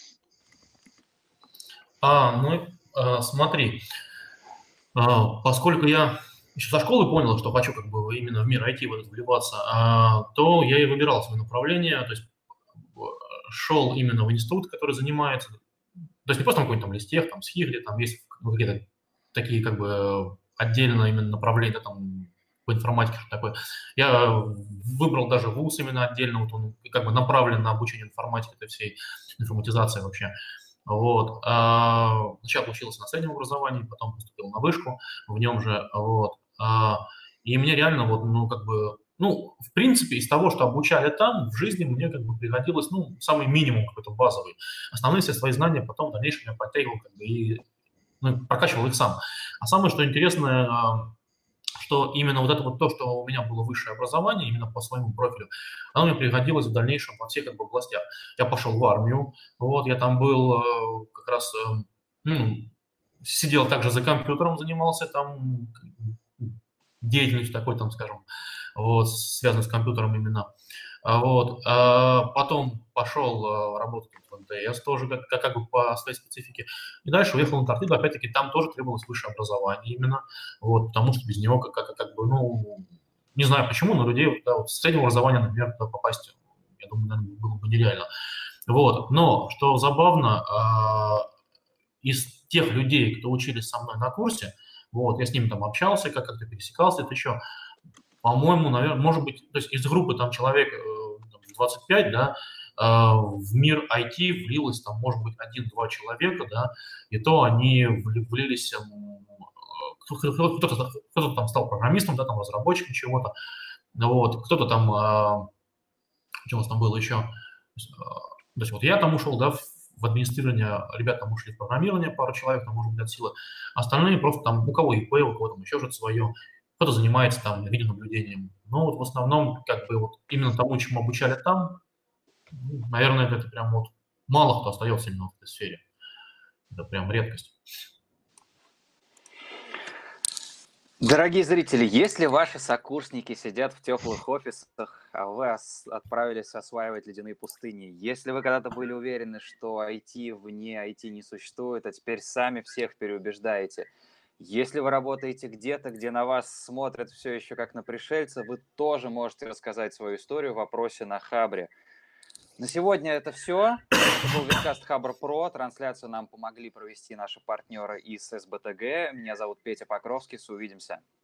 [SPEAKER 2] Смотри, поскольку я еще со школы понял, что хочу как бы именно в мир IT вливаться, то я и выбирал свое направление, то есть шел именно в институт, который занимается, то есть не просто на какой-нибудь там листе, там схи, где там есть какие-то такие как бы отдельно именно направления, там по информатике, что такое. Я выбрал даже вуз именно отдельно, вот он как бы направлен на обучение информатики, этой всей информатизации вообще. Вот. Сначала учился на среднем образовании, потом поступил на вышку в нем же. Вот. И мне реально вот, ну, как бы, ну, в принципе, из того, что обучали там, в жизни мне как бы пригодилось, ну, самый минимум какой-то базовый. Основные все свои знания потом в дальнейшем я подтягивал как бы и прокачивал их сам. А самое, что интересное, что именно вот это вот то, что у меня было высшее образование, именно по своему профилю, оно мне пригодилось в дальнейшем во всех как бы областях. Я пошел в армию, вот, я там был как раз, сидел также за компьютером, занимался там деятельностью такой, там, скажем, вот, связанной с компьютером именно. Вот. Потом пошел работать в МТС тоже как бы по своей специфике. И дальше уехал на Антарктиду. Опять-таки там тоже требовалось высшее образование именно. Вот, потому что без него как бы, ну, не знаю почему, но людей да, вот, с среднего образования, например, туда попасть, я думаю, наверное, было бы нереально. Вот. Но, что забавно, из тех людей, кто учились со мной на курсе, вот, я с ними там общался, как-то пересекался, это еще, по-моему, наверное, может быть, то есть из группы там человек 25, да, в мир IT влилось там, может быть, 1-2 человека, да, и то они влились, кто-то там стал программистом, да, там разработчиком чего-то, вот, кто-то там, что у нас там было еще, то есть вот я там ушел, да, в администрирование, ребята там ушли в программирование, пару человек, там, может быть, от силы, остальные просто там, у кого ИП, у кого там еще что-то свое, кто-то занимается там видеонаблюдением. Но вот в основном, как бы, вот именно тому, чему обучали там, наверное, это прям вот мало кто остается именно в этой сфере. Это прям редкость.
[SPEAKER 1] Дорогие зрители, если ваши сокурсники сидят в теплых офисах, а вы отправились осваивать ледяные пустыни, если вы когда-то были уверены, что IT вне IT не существует, а теперь сами всех переубеждаете, если вы работаете где-то, где на вас смотрят все еще как на пришельца, вы тоже можете рассказать свою историю в вопросе на Хабре. На сегодня это все. Это был видкаст Хабр Про. Трансляцию нам помогли провести наши партнеры из СБТГ. Меня зовут Петя Покровский. Увидимся.